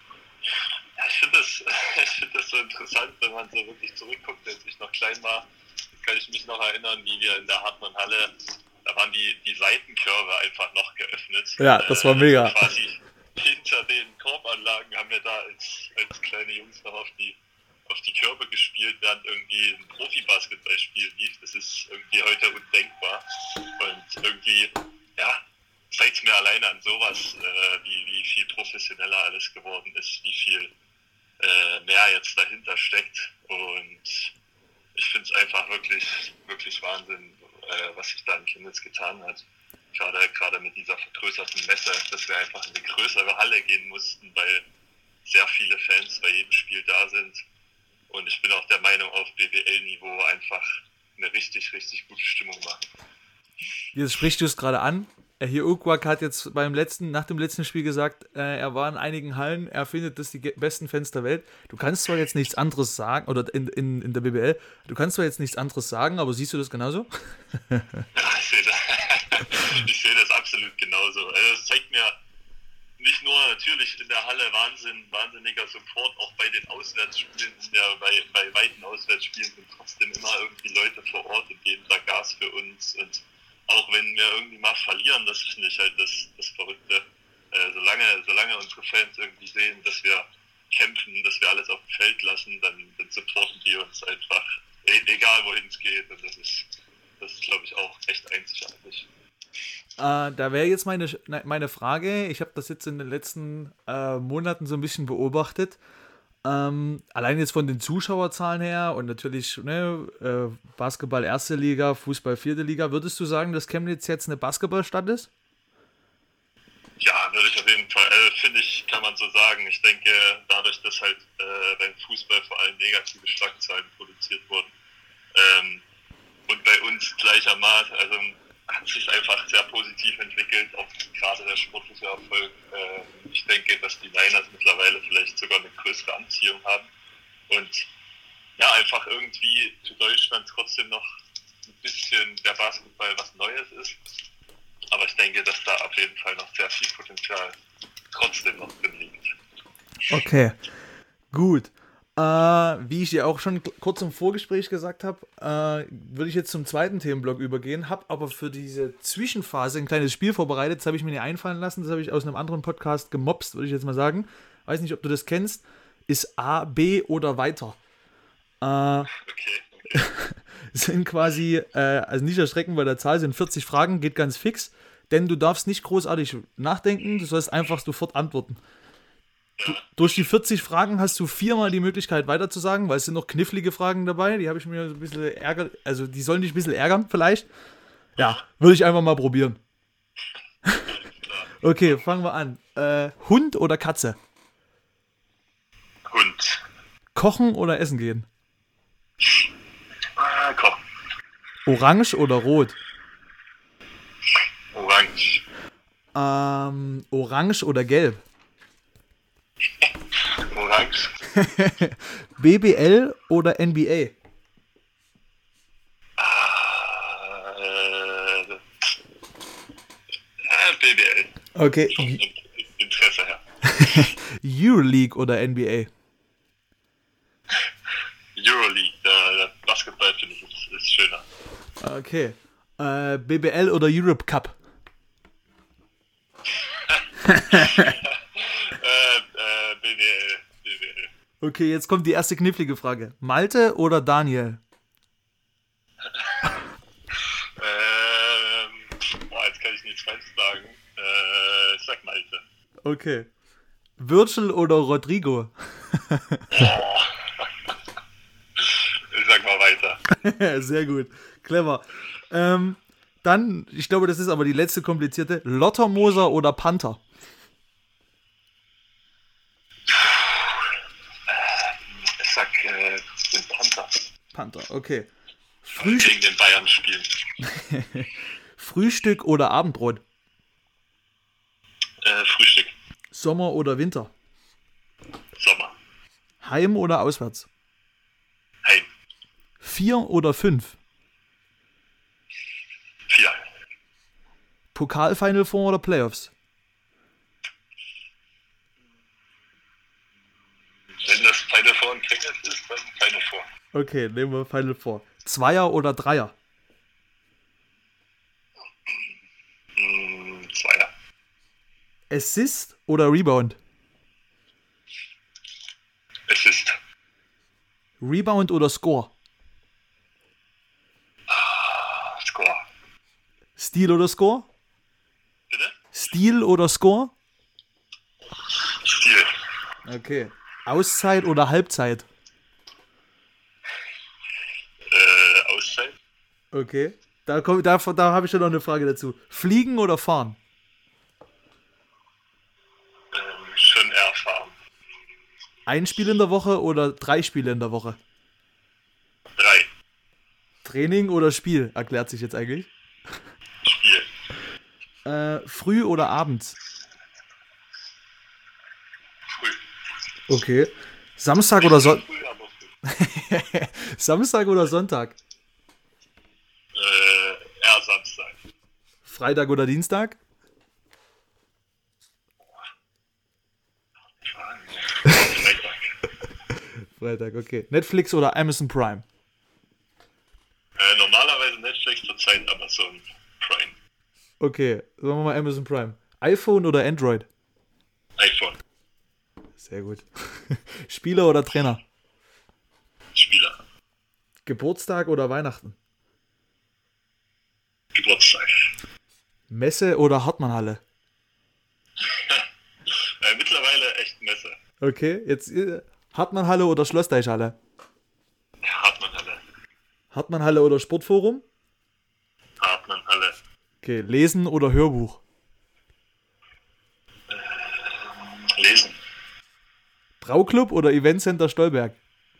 Ja, ich finde das, ich find das so interessant, wenn man so wirklich zurückguckt. Als ich noch klein war, kann ich mich noch erinnern, wie wir in der Hartmann-Halle, da waren die, die Seitenkörbe einfach noch geöffnet. Ja, das war mega. Äh, quasi hinter den Korbanlagen haben wir da als, als kleine Jungs noch auf die, auf die Körbe gespielt, während irgendwie ein Profi-Basketballspiel lief. Das ist irgendwie heute undenkbar. Und irgendwie, ja, zeigt es mir alleine an sowas, äh, wie, wie viel professioneller alles geworden ist, wie viel äh, mehr jetzt dahinter steckt. Und ich finde es einfach wirklich, wirklich Wahnsinn, äh, was sich da in Chemnitz getan hat. Gerade, gerade mit dieser vergrößerten Messe, dass wir einfach in eine größere Halle gehen mussten, weil sehr viele Fans bei jedem Spiel da sind. Und ich bin auch der Meinung, auf B B L-Niveau einfach eine richtig, richtig gute Stimmung machen. Jetzt sprichst du es gerade an. Hier Ukwak hat jetzt beim letzten, nach dem letzten Spiel gesagt, äh, er war in einigen Hallen, er findet das die besten Fans der Welt. Du kannst zwar jetzt nichts anderes sagen, oder in, in, in der B B L, du kannst zwar jetzt nichts anderes sagen, aber siehst du das genauso? Ja, ich sehe das, ich sehe das absolut genauso. Also es zeigt mir nicht nur natürlich in der Halle Wahnsinn, wahnsinniger Support, auch bei den Auswärtsspielen, ja, bei, bei weiten Auswärtsspielen sind trotzdem immer irgendwie Leute vor Ort und geben da Gas für uns. Und auch wenn wir irgendwie mal verlieren, das finde ich halt das, das Verrückte. Äh, solange, solange unsere Fans irgendwie sehen, dass wir kämpfen, dass wir alles auf dem Feld lassen, dann, dann supporten die uns einfach, e- egal wohin es geht. Und das ist, das ist, glaube ich, auch echt einzigartig. Äh, da wäre jetzt meine, meine Frage, ich habe das jetzt in den letzten äh, Monaten so ein bisschen beobachtet. Ähm, allein jetzt von den Zuschauerzahlen her und natürlich ne, äh, Basketball erste Liga, Fußball vierte Liga, würdest du sagen, dass Chemnitz jetzt eine Basketballstadt ist? Ja, würde ich auf jeden Fall, äh, finde ich, kann man so sagen. Ich denke, dadurch, dass halt äh, beim Fußball vor allem negative Schlagzeilen produziert wurden ähm, und bei uns gleichermaßen, also hat sich einfach sehr positiv entwickelt, auch gerade der sportliche Erfolg. Äh, ich denke, dass die Niners mittlerweile vielleicht sogar eine größere Anziehung haben und ja, einfach irgendwie für Deutschland trotzdem noch ein bisschen der Basketball was Neues ist. Aber ich denke, dass da auf jeden Fall noch sehr viel Potenzial trotzdem noch drin liegt. Okay, gut. Äh, wie ich dir auch schon k- kurz im Vorgespräch gesagt habe, äh, würde ich jetzt zum zweiten Themenblock übergehen, habe aber für diese Zwischenphase ein kleines Spiel vorbereitet, das habe ich mir nicht einfallen lassen, das habe ich aus einem anderen Podcast gemobst, würde ich jetzt mal sagen. Weiß nicht, ob du das kennst. Ist A, B oder weiter. Äh, Okay, okay. sind quasi, äh, also nicht erschrecken bei der Zahl, sind vierzig Fragen, geht ganz fix, denn du darfst nicht großartig nachdenken, du sollst einfach sofort antworten. Du, durch die vierzig Fragen hast du viermal die Möglichkeit weiterzusagen, weil es sind noch knifflige Fragen dabei, die habe ich mir ein bisschen ärgert, also die sollen dich ein bisschen ärgern vielleicht. Ja, würde ich einfach mal probieren. Okay, fangen wir an. Äh, Hund oder Katze? Hund. Kochen oder essen gehen? Ah, komm. Orange oder rot? Orange. Ähm, orange oder gelb? Orange. B B L oder N B A? Ah, äh, äh, B B L. Okay. Vom In- Interesse her. Euroleague oder N B A? Euroleague, der, der Basketball finde ich ist, ist schöner. Okay. Äh, B B L oder Europe Cup? äh, äh, B B L. B B L. Okay, jetzt kommt die erste knifflige Frage. Malte oder Daniel? Ähm, boah, jetzt kann ich nichts falsch sagen. Äh, ich sag Malte. Okay. Virgil oder Rodrigo? Ich sag mal weiter. Sehr gut. Clever. Ähm, dann, ich glaube, das ist aber die letzte komplizierte. Lottermoser oder Panther? Ich sag äh, den Panther. Panther, okay. Frühst- Gegen den Bayern spielen. Frühstück oder Abendbrot? Äh, Frühstück. Sommer oder Winter? Sommer. Heim oder auswärts? Heim. Vier oder fünf? Vier. Pokal-Final Four oder Playoffs? Wenn das Final Four und Cricket ist, dann Final Four. Okay, nehmen wir Final Four. Zweier oder Dreier? Hm, Zweier. Assist oder Rebound? Assist. Rebound oder Score? Score. Steal oder Score? Bitte? Steal oder Score? Stil. Okay. Auszeit oder Halbzeit? Äh, Auszeit. Okay. Da, komm- da, da habe ich schon noch eine Frage dazu. Fliegen oder fahren? Ähm, schon eher fahren. Ein Spiel in der Woche oder drei Spiele in der Woche? Drei. Training oder Spiel? Erklärt sich jetzt eigentlich. Spiel. Äh, früh oder abends? Früh. Okay. Samstag oder Son- Früh, aber früh. Samstag oder Sonntag? Äh, eher Samstag. Freitag oder Dienstag? Freitag. Freitag, okay. Netflix oder Amazon Prime? Äh, normalerweise Netflix, zurzeit Amazon Prime. Okay, sagen wir mal Amazon Prime. iPhone oder Android? iPhone. Sehr gut. Spieler oder Trainer? Spieler. Geburtstag oder Weihnachten? Geburtstag. Messe oder Hartmannhalle? Äh, mittlerweile echt Messe. Okay, jetzt äh, Hartmannhalle oder Schlossteichhalle? Hartmannhalle. Hartmannhalle oder Sportforum? Hartmannhalle. Okay, Lesen oder Hörbuch? Ähm, lesen. Brauclub oder Eventcenter Stolberg?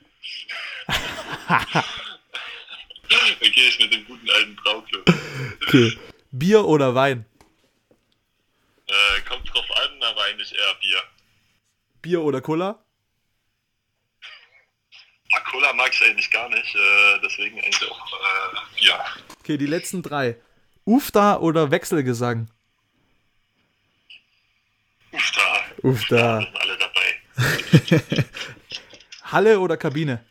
Da gehe ich mit dem guten alten Brauclub. Okay. Bier oder Wein? Äh, kommt drauf an, aber eigentlich eher Bier. Bier oder Cola? Ah, Cola mag ich eigentlich gar nicht, äh, deswegen eigentlich auch äh, Bier. Okay, die letzten drei. Ufta oder Wechselgesang? Ufta. Ufta. Sind alle dabei. Halle oder Kabine?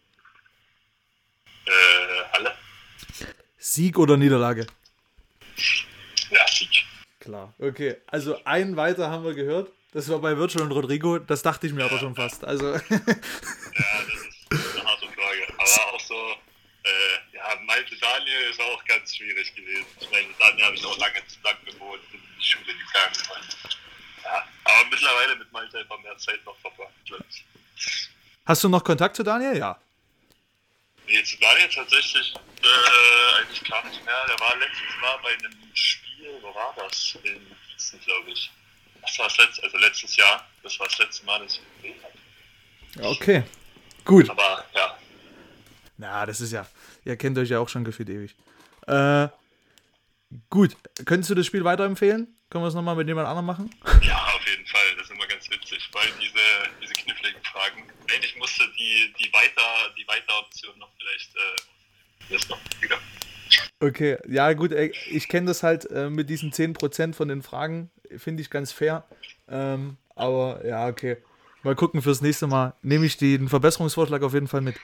Äh, Halle? Sieg oder Niederlage? Ja, Sieg. Klar. Okay, also ein weiter haben wir gehört. Das war bei Virtual und Rodrigo. Das dachte ich mir aber schon fast. Also Ja, das ist eine harte Frage. Aber auch so, äh, ja, Malte Daniel ist auch ganz schwierig gewesen. Ich meine, Daniel habe ich auch lange zusammen gewohnt, in die Schule gegangen. Und, ja, aber mittlerweile mit Malte einfach mehr Zeit noch verbracht, glaube ich. hast du noch Kontakt zu Daniel? Ja. Nee, zu Daniel tatsächlich äh, eigentlich gar nicht mehr. Der war letztes Mal bei einem Spiel, wo war das? In Gießen, glaube ich. Das war das letzte, also letztes Jahr. Das war das letzte Mal, dass ich ihn gesehen habe. Okay. Gut. Aber ja, Na, das ist ja. Ihr kennt euch ja auch schon gefühlt ewig. Äh, gut. Könntest du das Spiel weiterempfehlen? Können wir es nochmal mit jemand anderem machen? ja, auf jeden Fall. Das ist immer ganz witzig, weil diese, diese kniffligen Fragen. Eigentlich musste die, die weiter, die Weiter-Option noch vielleicht, äh, das noch wieder. Okay, ja gut, ey, ich kenne das halt äh, mit diesen zehn Prozent von den Fragen, finde ich ganz fair. Ähm, aber ja, okay. Mal gucken fürs nächste Mal. Nehme ich den Verbesserungsvorschlag auf jeden Fall mit.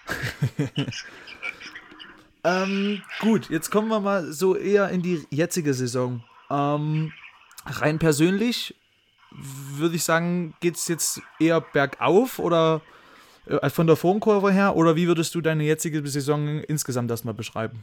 ähm, gut, jetzt kommen wir mal so eher in die jetzige Saison. Ähm, rein persönlich würde ich sagen, geht es jetzt eher bergauf oder äh, von der Formkurve her? Oder wie würdest du deine jetzige Saison insgesamt erstmal beschreiben?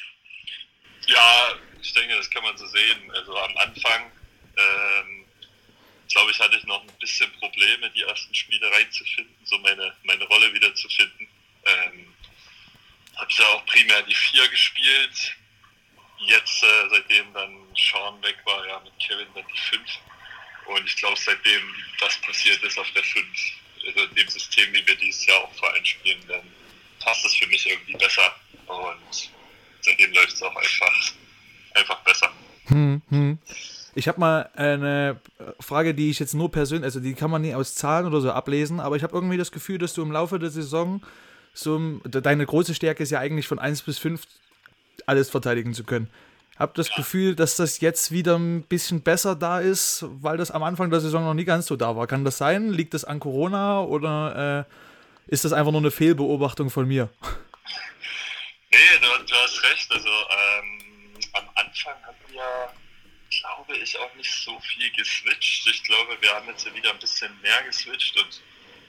Ja, ich denke, das kann man so sehen. Also am Anfang, ähm, glaube ich, hatte ich noch ein bisschen Probleme, die ersten Spiele reinzufinden, so meine, meine Rolle wieder zu finden. Ähm, habe ich ja auch primär die vier gespielt. Jetzt, äh, seitdem dann Sean weg war, ja, mit Kevin dann die fünf. Und ich glaube, seitdem das passiert ist auf der fünf, also in dem System, wie wir dieses Jahr auch vor allem spielen, dann passt es für mich irgendwie besser. Und seitdem läuft es auch einfach, einfach besser. Hm, hm. Ich habe mal eine Frage, die ich jetzt nur persönlich, also die kann man nie aus Zahlen oder so ablesen, aber ich habe irgendwie das Gefühl, dass du im Laufe der Saison so, deine große Stärke ist ja eigentlich von eins bis fünf alles verteidigen zu können. Habe das Gefühl, dass das jetzt wieder ein bisschen besser da ist, weil das am Anfang der Saison noch nie ganz so da war. Kann das sein? Liegt das an Corona oder äh, ist das einfach nur eine Fehlbeobachtung von mir? Nee, du, du hast recht. Also ähm, am Anfang haben wir, glaube ich, auch nicht so viel geswitcht. Ich glaube, wir haben jetzt wieder ein bisschen mehr geswitcht und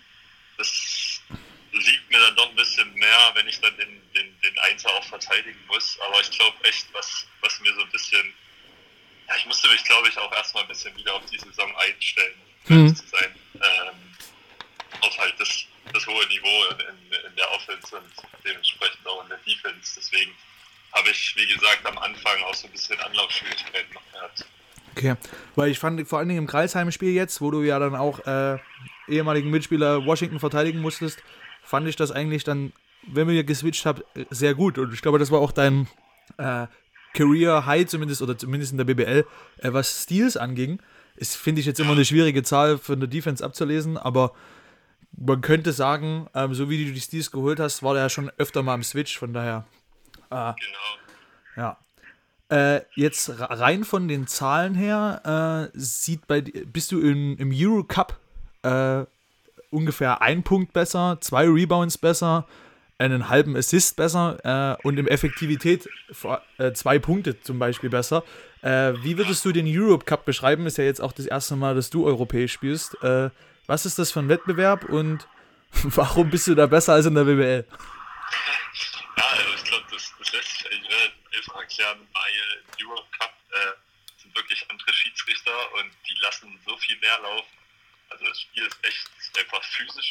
das liegt mir dann doch ein bisschen mehr, wenn ich dann den, den, den Einser auch verteidigen muss. Aber ich glaube echt, was, was mir so ein bisschen, ja, ich musste mich, glaube ich, auch erstmal ein bisschen wieder auf die Saison einstellen, um Mhm. ehrlich zu sein. Ähm, auf halt das, das hohe Niveau in, in, in der Offense und dementsprechend auch in der Defense. Deswegen habe ich, wie gesagt, am Anfang auch so ein bisschen Anlaufschwierigkeiten noch gehabt. Okay, weil ich fand vor allen Dingen im Kreisheim-Spiel jetzt, wo du ja dann auch äh, ehemaligen Mitspieler Washington verteidigen musstest, fand ich das eigentlich dann, wenn wir geswitcht habt, sehr gut. Und ich glaube, das war auch dein äh, Career High zumindest, oder zumindest in der B B L, äh, was Steals anging. Ist, finde ich, jetzt immer eine schwierige Zahl für eine Defense abzulesen, aber man könnte sagen, ähm, so wie du die Steals geholt hast, war der ja schon öfter mal im Switch, von daher, äh, Genau. ja. Äh, jetzt rein von den Zahlen her, äh, sieht bei di- bist du im, im Euro Cup äh, ungefähr ein Punkt besser, zwei Rebounds besser, einen halben Assist besser äh, und in Effektivität vor- äh, zwei Punkte zum Beispiel besser. Äh, wie würdest du den Europe Cup beschreiben? Ist ja jetzt auch das erste Mal, dass du europäisch spielst. Äh, was ist das für ein Wettbewerb und warum bist du da besser als in der B B L? Ja, also ich glaube, das, das lässt sich eigentlich relativ einfach erklären, weil im Europe Cup äh, sind wirklich andere Schiedsrichter und die lassen so viel mehr laufen. Also das Spiel ist echt einfach physischer.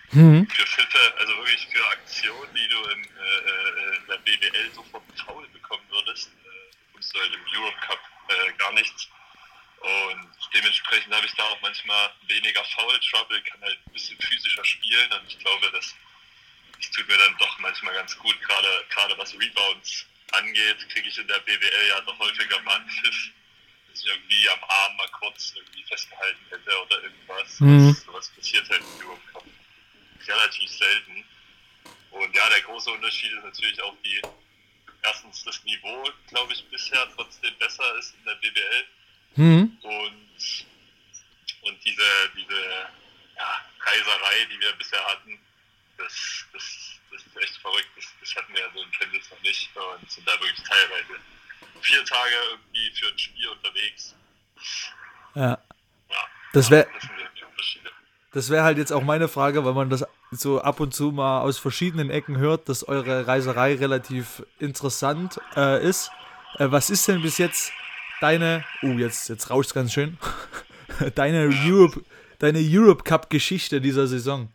Mhm. für Pfiffe, also wirklich für Aktionen, die du im, äh, in der B B L sofort einen Foul bekommen würdest, äh, bekommst du halt im Europe Cup äh, gar nichts. Und dementsprechend habe ich da auch manchmal weniger Foul Trouble, kann halt ein bisschen physischer spielen und ich glaube, das, das tut mir dann doch manchmal ganz gut, gerade gerade was Rebounds angeht, kriege ich in der B B L ja doch häufiger mal einen Pfiff, dass ich irgendwie am Arm mal kurz irgendwie festgehalten hätte oder irgendwas. Mhm. Was, was passiert halt im Europe Cup relativ selten. Und ja, der große Unterschied ist natürlich auch die, erstens das Niveau, glaube ich, bisher trotzdem besser ist in der B B L. Mhm. Und, und diese, diese ja, Reiserei, die wir bisher hatten, das, das, das ist echt verrückt. Das, das hatten wir ja so in Chemnitz noch nicht und sind da wirklich teilweise vier Tage irgendwie für ein Spiel unterwegs. Ja. Ja, Das wäre das sind die Unterschiede. das wär halt jetzt auch meine Frage, weil man das so ab und zu mal aus verschiedenen Ecken hört, dass eure Reiserei relativ interessant äh, ist. Äh, was ist denn bis jetzt deine, oh, jetzt, jetzt rauscht es ganz schön, deine Europe, deine Europe Cup Geschichte dieser Saison?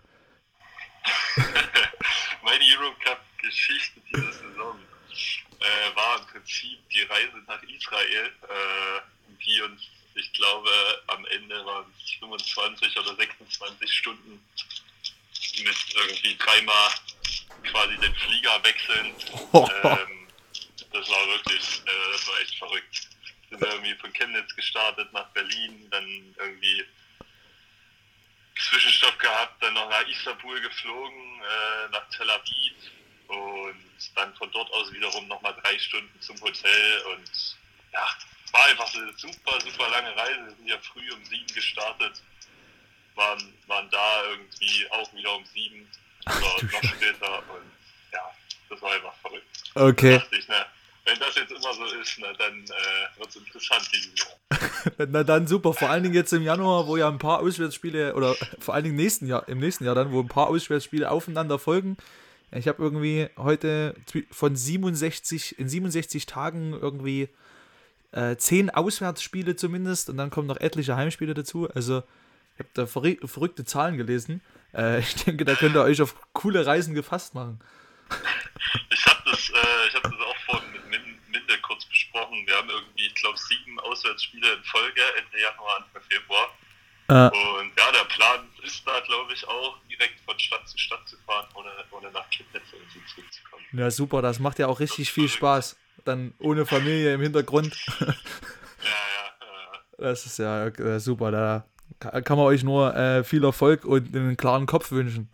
Meine Europe Cup Geschichte dieser Saison äh, war im Prinzip die Reise nach Israel, äh, die uns, ich glaube, am Ende waren es fünfundzwanzig oder sechsundzwanzig Stunden mit irgendwie dreimal quasi den Flieger wechseln. Ähm, das war wirklich, äh, das war echt verrückt. Sind wir irgendwie von Chemnitz gestartet nach Berlin, dann irgendwie Zwischenstopp gehabt, dann noch nach Istanbul geflogen, äh, nach Tel Aviv und dann von dort aus wiederum nochmal drei Stunden zum Hotel und ja, war einfach eine super, super lange Reise. Wir sind ja früh um sieben gestartet, waren, waren da irgendwie auch wieder um sieben oder noch später und ja, das war einfach verrückt. Okay. Da dachte ich, ne, wenn das jetzt immer so ist, ne, dann äh, wird es interessant dieses Jahr. Na dann super, vor allen Dingen jetzt im Januar, wo ja ein paar Auswärtsspiele, oder vor allen Dingen nächsten Jahr, im nächsten Jahr dann, wo ein paar Auswärtsspiele aufeinander folgen. Ich habe irgendwie heute von siebenundsechzig, in siebenundsechzig Tagen irgendwie äh, zehn Auswärtsspiele zumindest und dann kommen noch etliche Heimspiele dazu. Also ich habe da verrü- verrückte Zahlen gelesen. Äh, ich denke, da könnt ihr euch auf coole Reisen gefasst machen. Ich habe das, äh, ich hab das auch vorhin mit Min- Minde kurz besprochen. Wir haben irgendwie, ich glaube, sieben Auswärtsspiele in Folge, Ende Januar, Anfang Februar. Äh, Und ja, der Plan ist da, glaube ich, auch direkt von Stadt zu Stadt zu fahren, ohne, ohne nach Chemnitz irgendwie zurückzukommen. ja, super, das macht ja auch richtig viel Spaß. Dann ohne Familie im Hintergrund. Ja, ja, äh, Das ist ja äh, super, da ka- kann man euch nur äh, viel Erfolg und einen klaren Kopf wünschen.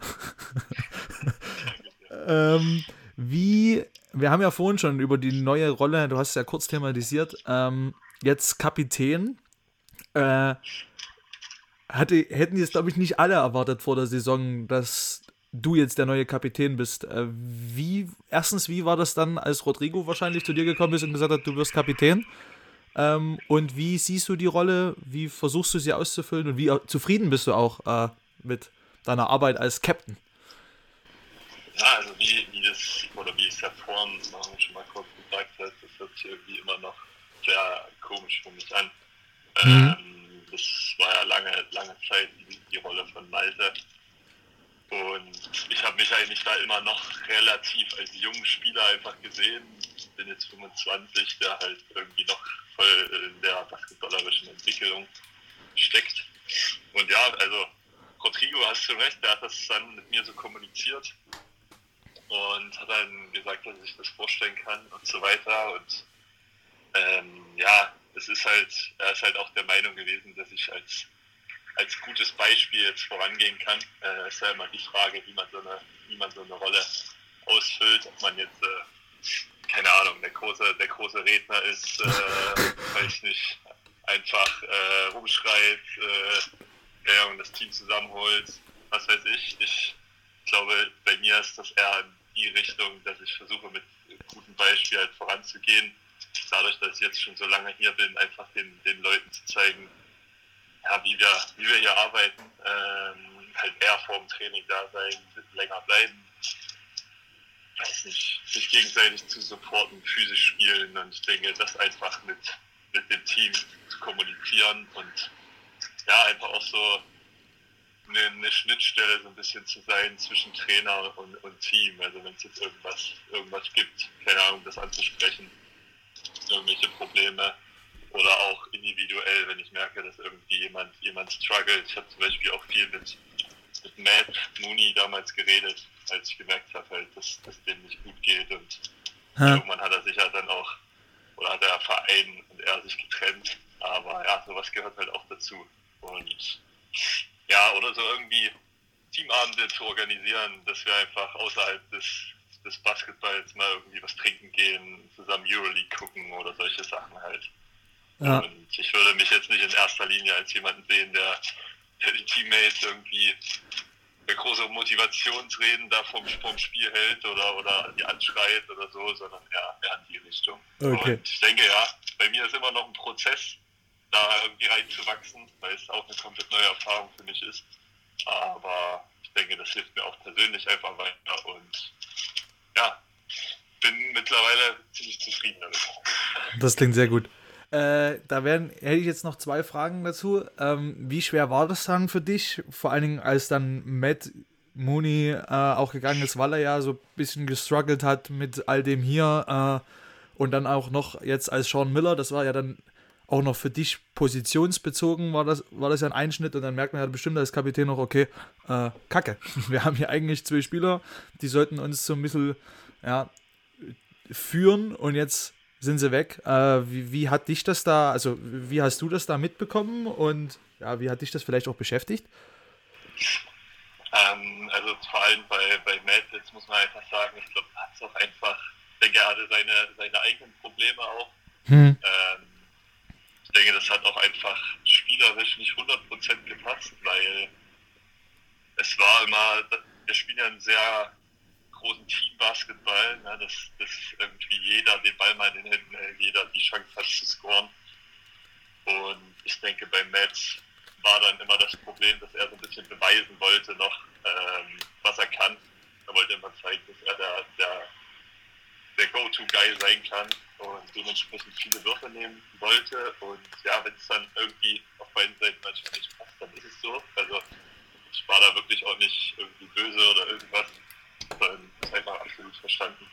ähm, wie, wir haben ja vorhin schon über die neue Rolle, du hast es ja kurz thematisiert, ähm, jetzt Kapitän. Äh, hatte, hätten jetzt, glaube ich, nicht alle erwartet vor der Saison, dass du jetzt der neue Kapitän bist. Äh, wie, erstens, wie war das dann, als Rodrigo wahrscheinlich zu dir gekommen ist und gesagt hat, du wirst Kapitän? Ähm, und wie siehst du die Rolle? Wie versuchst du sie auszufüllen? Und wie äh, zufrieden bist du auch äh, mit deiner Arbeit als Captain? ja, also wie, wie das, oder wie es ja vorhin schon mal kurz gesagt hat, das hört sich irgendwie immer noch sehr komisch für mich an. Mhm. Ähm, das war ja lange, lange Zeit die, die Rolle von Malte. Und ich habe mich eigentlich da immer noch relativ als jungen Spieler einfach gesehen. Bin jetzt fünfundzwanzig, der halt irgendwie noch voll in der basketballerischen Entwicklung steckt. Und ja, also Rodrigo, hast du recht, der hat das dann mit mir so kommuniziert und hat dann gesagt, dass er sich das vorstellen kann und so weiter. Und ähm, ja, es ist halt, er ist halt auch der Meinung gewesen, dass ich als als gutes Beispiel jetzt vorangehen kann. Äh, ist ja immer die Frage, wie man so eine, wie man so eine Rolle ausfüllt, ob man jetzt, äh, keine Ahnung, der große, der große Redner ist, äh, weiß nicht, einfach äh, rumschreit, äh, ja, und das Team zusammenholt, was weiß ich. Ich glaube, bei mir ist das eher in die Richtung, dass ich versuche, mit gutem Beispiel halt voranzugehen. Dadurch, dass ich jetzt schon so lange hier bin, einfach den, den Leuten zu zeigen, ja, wie wir, wie wir hier arbeiten, ähm, halt eher vor dem Training da sein, länger bleiben, weiß nicht, sich gegenseitig zu supporten, physisch spielen und ich denke, das einfach mit, mit dem Team zu kommunizieren und ja, einfach auch so eine, eine Schnittstelle so ein bisschen zu sein zwischen Trainer und, und Team. Also wenn es jetzt irgendwas, irgendwas gibt, keine Ahnung, das anzusprechen, irgendwelche Probleme oder auch individuell, wenn ich merke, dass irgendwie jemand, jemand struggelt. Ich habe zum Beispiel auch viel mit, mit Matt Mooney damals geredet, als ich gemerkt habe, halt, dass es dem nicht gut geht und ja. Irgendwann hat er sich ja dann auch, oder hat der Verein und er sich getrennt, aber ja, sowas gehört halt auch dazu und ja, oder so irgendwie Teamabende zu organisieren, dass wir einfach außerhalb des, des Basketballs mal irgendwie was trinken gehen, zusammen Euroleague gucken oder solche Sachen halt. Ja. Und ich würde mich jetzt nicht in erster Linie als jemanden sehen, der, der die Teammates irgendwie eine große Motivationsreden da vom, vom Spiel hält oder, oder die anschreit oder so, sondern eher, eher in die Richtung. Okay. Und ich denke, ja, bei mir ist immer noch ein Prozess, da irgendwie reinzuwachsen, weil es auch eine komplett neue Erfahrung für mich ist. Aber ich denke, das hilft mir auch persönlich einfach weiter und ja, bin mittlerweile ziemlich zufrieden damit. Das klingt sehr gut. Äh, da werden, hätte ich jetzt noch zwei Fragen dazu. Ähm, wie schwer war das dann für dich? Vor allen Dingen, als dann Matt Mooney äh, auch gegangen ist, weil er ja so ein bisschen gestruggelt hat mit all dem hier. Äh, und dann auch noch jetzt als Sean Miller, das war ja dann auch noch für dich positionsbezogen, war das, war das ja ein Einschnitt. Und dann merkt man ja bestimmt als Kapitän noch, okay, äh, Kacke. Wir haben hier eigentlich zwei Spieler, die sollten uns so ein bisschen ja, führen und jetzt sind sie weg. Äh, wie, wie hat dich das da, also wie hast du das da mitbekommen und ja, wie hat dich das vielleicht auch beschäftigt? Ähm, also vor allem bei, bei Matt, jetzt muss man einfach sagen, ich glaube, er hat es auch einfach, ich denke, er hatte seine, seine eigenen Probleme auch. Hm. Ähm, ich denke, das hat auch einfach spielerisch nicht hundert Prozent gepasst, weil es war immer, wir spielen ja einen sehr großen Team-Basketball, ne, dass, dass irgendwie jeder den Ball mal in den Händen hält, jeder die Chance hat zu scoren. Und ich denke, bei Matt war dann immer das Problem, dass er so ein bisschen beweisen wollte noch, ähm, was er kann. Er wollte immer zeigen, dass er der, der, der Go-To-Guy sein kann und dementsprechend viele Würfe nehmen wollte. Und ja, wenn es dann irgendwie auf beiden Seiten manchmal nicht passt, dann ist es so. Also ich war da wirklich auch nicht irgendwie böse oder irgendwas. Dann ist einfach absolut verstanden.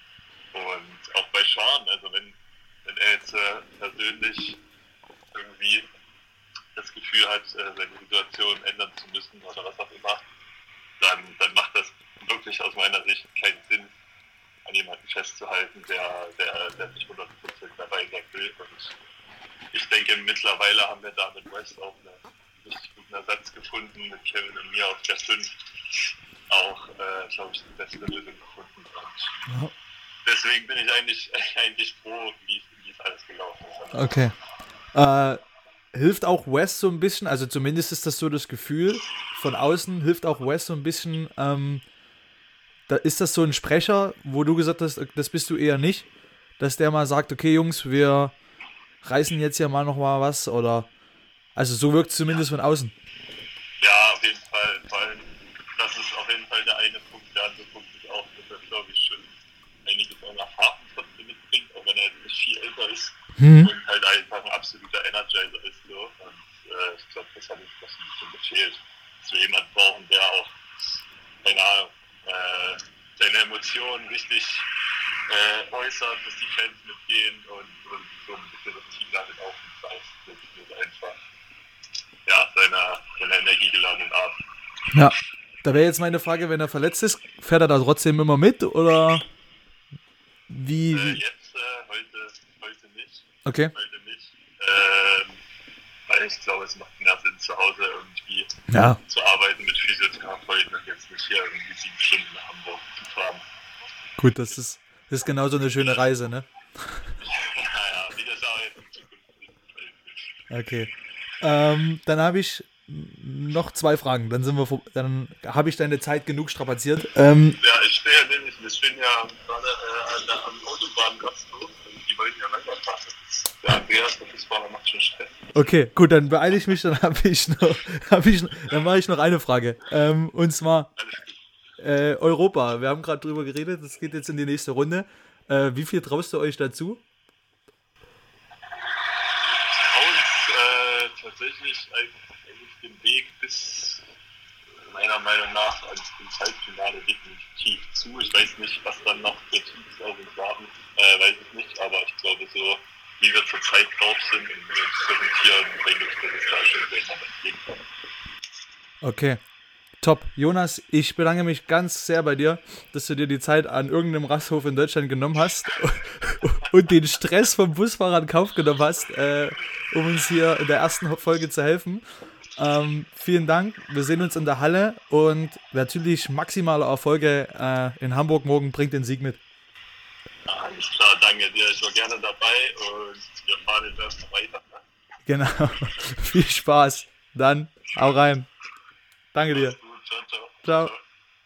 Und auch bei Sean, also wenn, wenn er jetzt äh, persönlich irgendwie das Gefühl hat, äh, seine Situation ändern zu müssen oder was auch immer, dann, dann macht das wirklich aus meiner Sicht keinen Sinn, an jemanden festzuhalten, der, der, der nicht hundert Prozent dabei sein will. Und ich denke, mittlerweile haben wir da mit West auch einen richtig guten Ersatz gefunden, mit Kevin und mir auf der fünf. Auch, äh, glaube ich, die beste Lösung gefunden. Und ja. Deswegen bin ich eigentlich, eigentlich froh, wie es alles gelaufen ist. Okay. Äh, hilft auch Wes so ein bisschen, also zumindest ist das so das Gefühl, von außen hilft auch Wes so ein bisschen, ähm, da ist das so ein Sprecher, wo du gesagt hast, das bist du eher nicht, dass der mal sagt, okay Jungs, wir reißen jetzt ja mal noch mal was, oder, also so wirkt es zumindest ja. von außen. Ja, auf jeden Fall, vor allem das ist auf jeden Fall der eine Punkt. Der andere Punkt ist auch, dass er, glaube ich, schon einiges an Erfahrung trotzdem mitbringt, auch wenn er jetzt nicht viel älter ist hm. und halt einfach ein absoluter Energizer ist. So. Und äh, ich glaube, das hat uns das ein bisschen gefehlt, dass wir jemanden brauchen, der auch, keine Ahnung, äh, seine Emotionen richtig äh, äußert, dass die Fans mitgehen und, und so ein bisschen das Team damit aufgreift. Das ist einfach ja, seiner, seiner energiegeladenen Art. Ja. Da wäre jetzt meine Frage, wenn er verletzt ist, fährt er da trotzdem immer mit, oder wie? Äh, jetzt, äh, heute, heute nicht. Okay. Heute nicht. Ähm, weil ich glaube, es macht mehr Sinn, zu Hause irgendwie ja. zu arbeiten mit Physiotherapeuten und jetzt nicht hier irgendwie sieben Stunden nach Hamburg zu fahren. Gut, das ist, das ist genauso eine schöne Reise, ne? ja, ja, wie das auch jetzt in Zukunft ist. Okay. Ähm, dann habe ich noch zwei Fragen, dann sind wir, dann habe ich deine Zeit genug strapaziert. Ähm, ja, ich stehe ja nämlich, ich bin ja gerade äh, an der, am Autobahngasthof und die wollen ja weiterfahren. Der Andreas, der Busfahrer, macht schon Stress. Okay, gut, dann beeile ich mich, dann habe ich noch, hab ich, dann mache ich noch eine Frage. Ähm, und zwar äh, Europa. Wir haben gerade drüber geredet, das geht jetzt in die nächste Runde. Äh, wie viel traust du euch dazu? Ich traue uns äh, tatsächlich eigentlich den Weg bis, meiner Meinung nach als ins Halbfinale definitiv zu. Ich weiß nicht, was dann noch für Teams auf uns warten, äh, weiß ich nicht, aber ich glaube so, wie wir zurzeit drauf sind und wir uns präsentieren, denke ich, dass es da schon sehr noch entgegenkommt. Okay, top. Jonas, ich bedanke mich ganz sehr bei dir, dass du dir die Zeit an irgendeinem Rasthof in Deutschland genommen hast und den Stress vom Busfahrer in Kauf genommen hast, äh, um uns hier in der ersten Folge zu helfen. Ähm, vielen Dank, wir sehen uns in der Halle und natürlich maximale Erfolge äh, in Hamburg morgen, bringt den Sieg mit. Alles klar, danke dir, ich war gerne dabei und wir fahren jetzt erstmal weiter. Ne? Genau, viel Spaß, dann hau rein. Danke dir. Ciao, ciao. Ciao.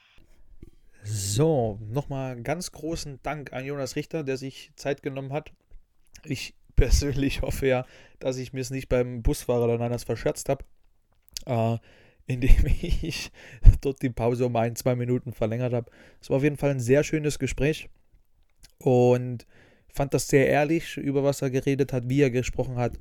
So, nochmal ganz großen Dank an Jonas Richter, der sich Zeit genommen hat. Ich persönlich hoffe ja, dass ich mir es nicht beim Busfahrer dann anders verscherzt habe, äh, indem ich dort die Pause um ein, zwei Minuten verlängert habe. Es war auf jeden Fall ein sehr schönes Gespräch und fand das sehr ehrlich, über was er geredet hat, wie er gesprochen hat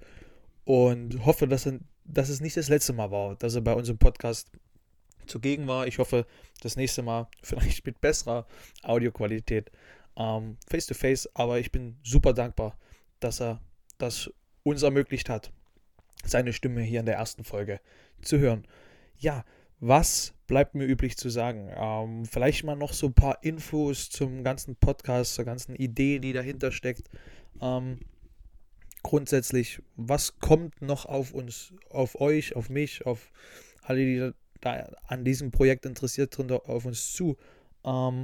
und hoffe, dass, er, dass es nicht das letzte Mal war, dass er bei uns im Podcast zugegen war. Ich hoffe, das nächste Mal vielleicht mit besserer Audioqualität ähm, face to face, aber ich bin super dankbar, dass er das uns ermöglicht hat, seine Stimme hier in der ersten Folge zu hören. Ja, was bleibt mir üblich zu sagen? Ähm, vielleicht mal noch so ein paar Infos zum ganzen Podcast, zur ganzen Idee, die dahinter steckt. Ähm, grundsätzlich, was kommt noch auf uns, auf euch, auf mich, auf alle, die da an diesem Projekt interessiert sind, auf uns zu. Ähm,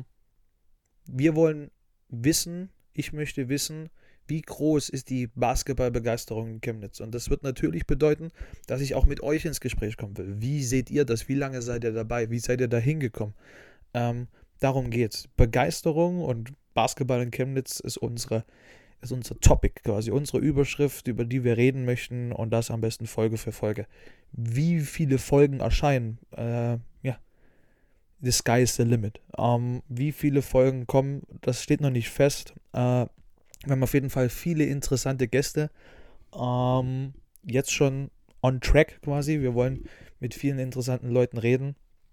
wir wollen wissen, ich möchte wissen, wie groß ist die Basketballbegeisterung in Chemnitz. Und das wird natürlich bedeuten, dass ich auch mit euch ins Gespräch kommen will. Wie seht ihr das? Wie lange seid ihr dabei? Wie seid ihr da hingekommen? Ähm, darum geht's. Begeisterung und Basketball in Chemnitz ist unsere ist unser Topic quasi, unsere Überschrift, über die wir reden möchten und das am besten Folge für Folge. Wie viele Folgen erscheinen? Äh, ja, the sky is the limit. Ähm, wie viele Folgen kommen, das steht noch nicht fest. Äh, wir haben auf jeden Fall viele interessante Gäste. Ähm, jetzt schon on track quasi. Wir wollen mit vielen interessanten Leuten reden.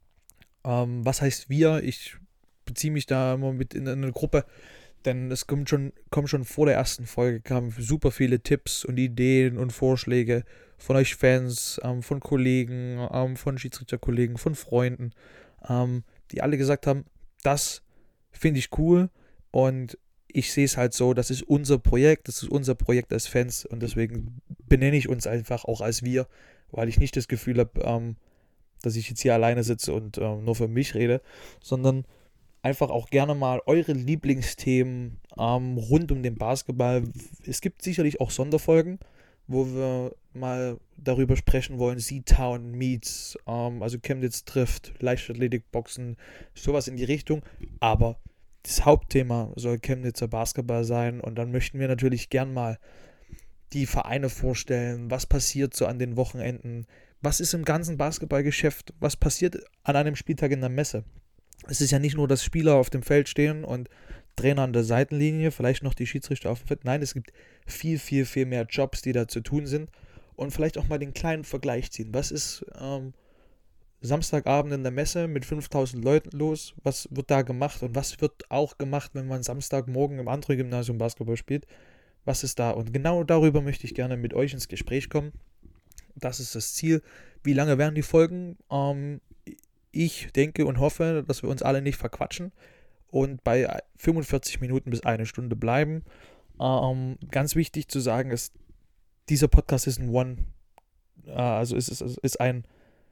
Ähm, was heißt wir? Ich beziehe mich da immer mit in eine Gruppe. Denn es kommt schon, kommt schon vor der ersten Folge, kamen super viele Tipps und Ideen und Vorschläge von euch Fans, ähm, von Kollegen, ähm, von Schiedsrichterkollegen, von Freunden, ähm, die alle gesagt haben, das finde ich cool und ich sehe es halt so, das ist unser Projekt, das ist unser Projekt als Fans und deswegen benenne ich uns einfach auch als wir, weil ich nicht das Gefühl habe, ähm, dass ich jetzt hier alleine sitze und ähm, nur für mich rede, sondern einfach auch gerne mal eure Lieblingsthemen ähm, rund um den Basketball. Es gibt sicherlich auch Sonderfolgen, wo wir mal darüber sprechen wollen. Z-Town Meets, ähm, also Chemnitz trifft, Leichtathletik, Boxen, sowas in die Richtung. Aber das Hauptthema soll Chemnitzer Basketball sein. Und dann möchten wir natürlich gern mal die Vereine vorstellen. Was passiert so an den Wochenenden? Was ist im ganzen Basketballgeschäft? Was passiert an einem Spieltag in der Messe? Es ist ja nicht nur, dass Spieler auf dem Feld stehen und Trainer an der Seitenlinie, vielleicht noch die Schiedsrichter auf dem Feld. Nein, es gibt viel, viel, viel mehr Jobs, die da zu tun sind. Und vielleicht auch mal den kleinen Vergleich ziehen. Was ist ähm, Samstagabend in der Messe mit fünftausend Leuten los? Was wird da gemacht? Und was wird auch gemacht, wenn man Samstagmorgen im anderen Gymnasium Basketball spielt? Was ist da? Und genau darüber möchte ich gerne mit euch ins Gespräch kommen. Das ist das Ziel. Wie lange werden die Folgen? Ähm, Ich denke und hoffe, dass wir uns alle nicht verquatschen und bei fünfundvierzig Minuten bis eine Stunde bleiben. Ähm, ganz wichtig zu sagen ist, dieser Podcast ist ein One, äh, also ist, ist, ist ein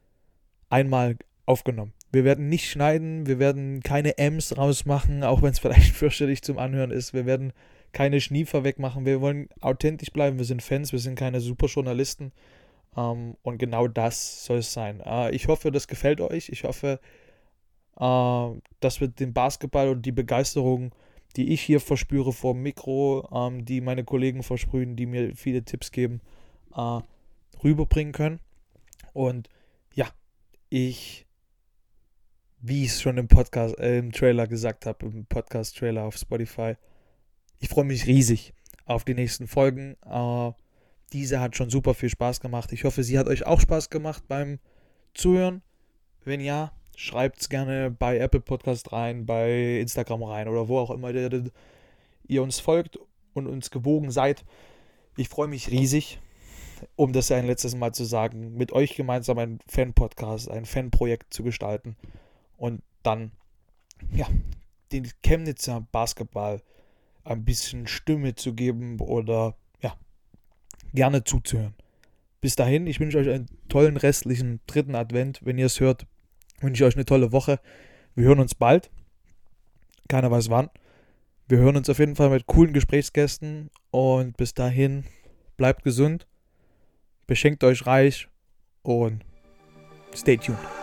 einmal aufgenommen. Wir werden nicht schneiden, wir werden keine M's rausmachen, auch wenn es vielleicht fürchterlich zum Anhören ist. Wir werden keine Schniefer wegmachen. Wir wollen authentisch bleiben. Wir sind Fans, wir sind keine Superjournalisten. Um, und genau das soll es sein. Uh, ich hoffe, das gefällt euch. Ich hoffe, uh, dass wir den Basketball und die Begeisterung, die ich hier verspüre vor dem Mikro, um, die meine Kollegen versprühen, die mir viele Tipps geben, uh, rüberbringen können. Und ja, ich, wie ich es schon im Podcast, äh, im Trailer gesagt habe, im Podcast-Trailer auf Spotify, ich freue mich riesig auf die nächsten Folgen. Uh, Diese hat schon super viel Spaß gemacht. Ich hoffe, sie hat euch auch Spaß gemacht beim Zuhören. Wenn ja, Schreibt es gerne bei Apple Podcast rein, bei Instagram rein oder wo auch immer ihr, ihr uns folgt und uns gewogen seid. Ich freue mich riesig, um das ein letztes Mal zu sagen, mit euch gemeinsam ein Fan-Podcast, ein Fanprojekt zu gestalten und dann, ja, den Chemnitzer Basketball ein bisschen Stimme zu geben oder, ja, gerne zuzuhören. Bis dahin, ich wünsche euch einen tollen restlichen dritten Advent. Wenn ihr es hört, wünsche ich euch eine tolle Woche. Wir hören uns bald. Keiner weiß wann. Wir hören uns auf jeden Fall mit coolen Gesprächsgästen. Und bis dahin, bleibt gesund, beschenkt euch reich und stay tuned.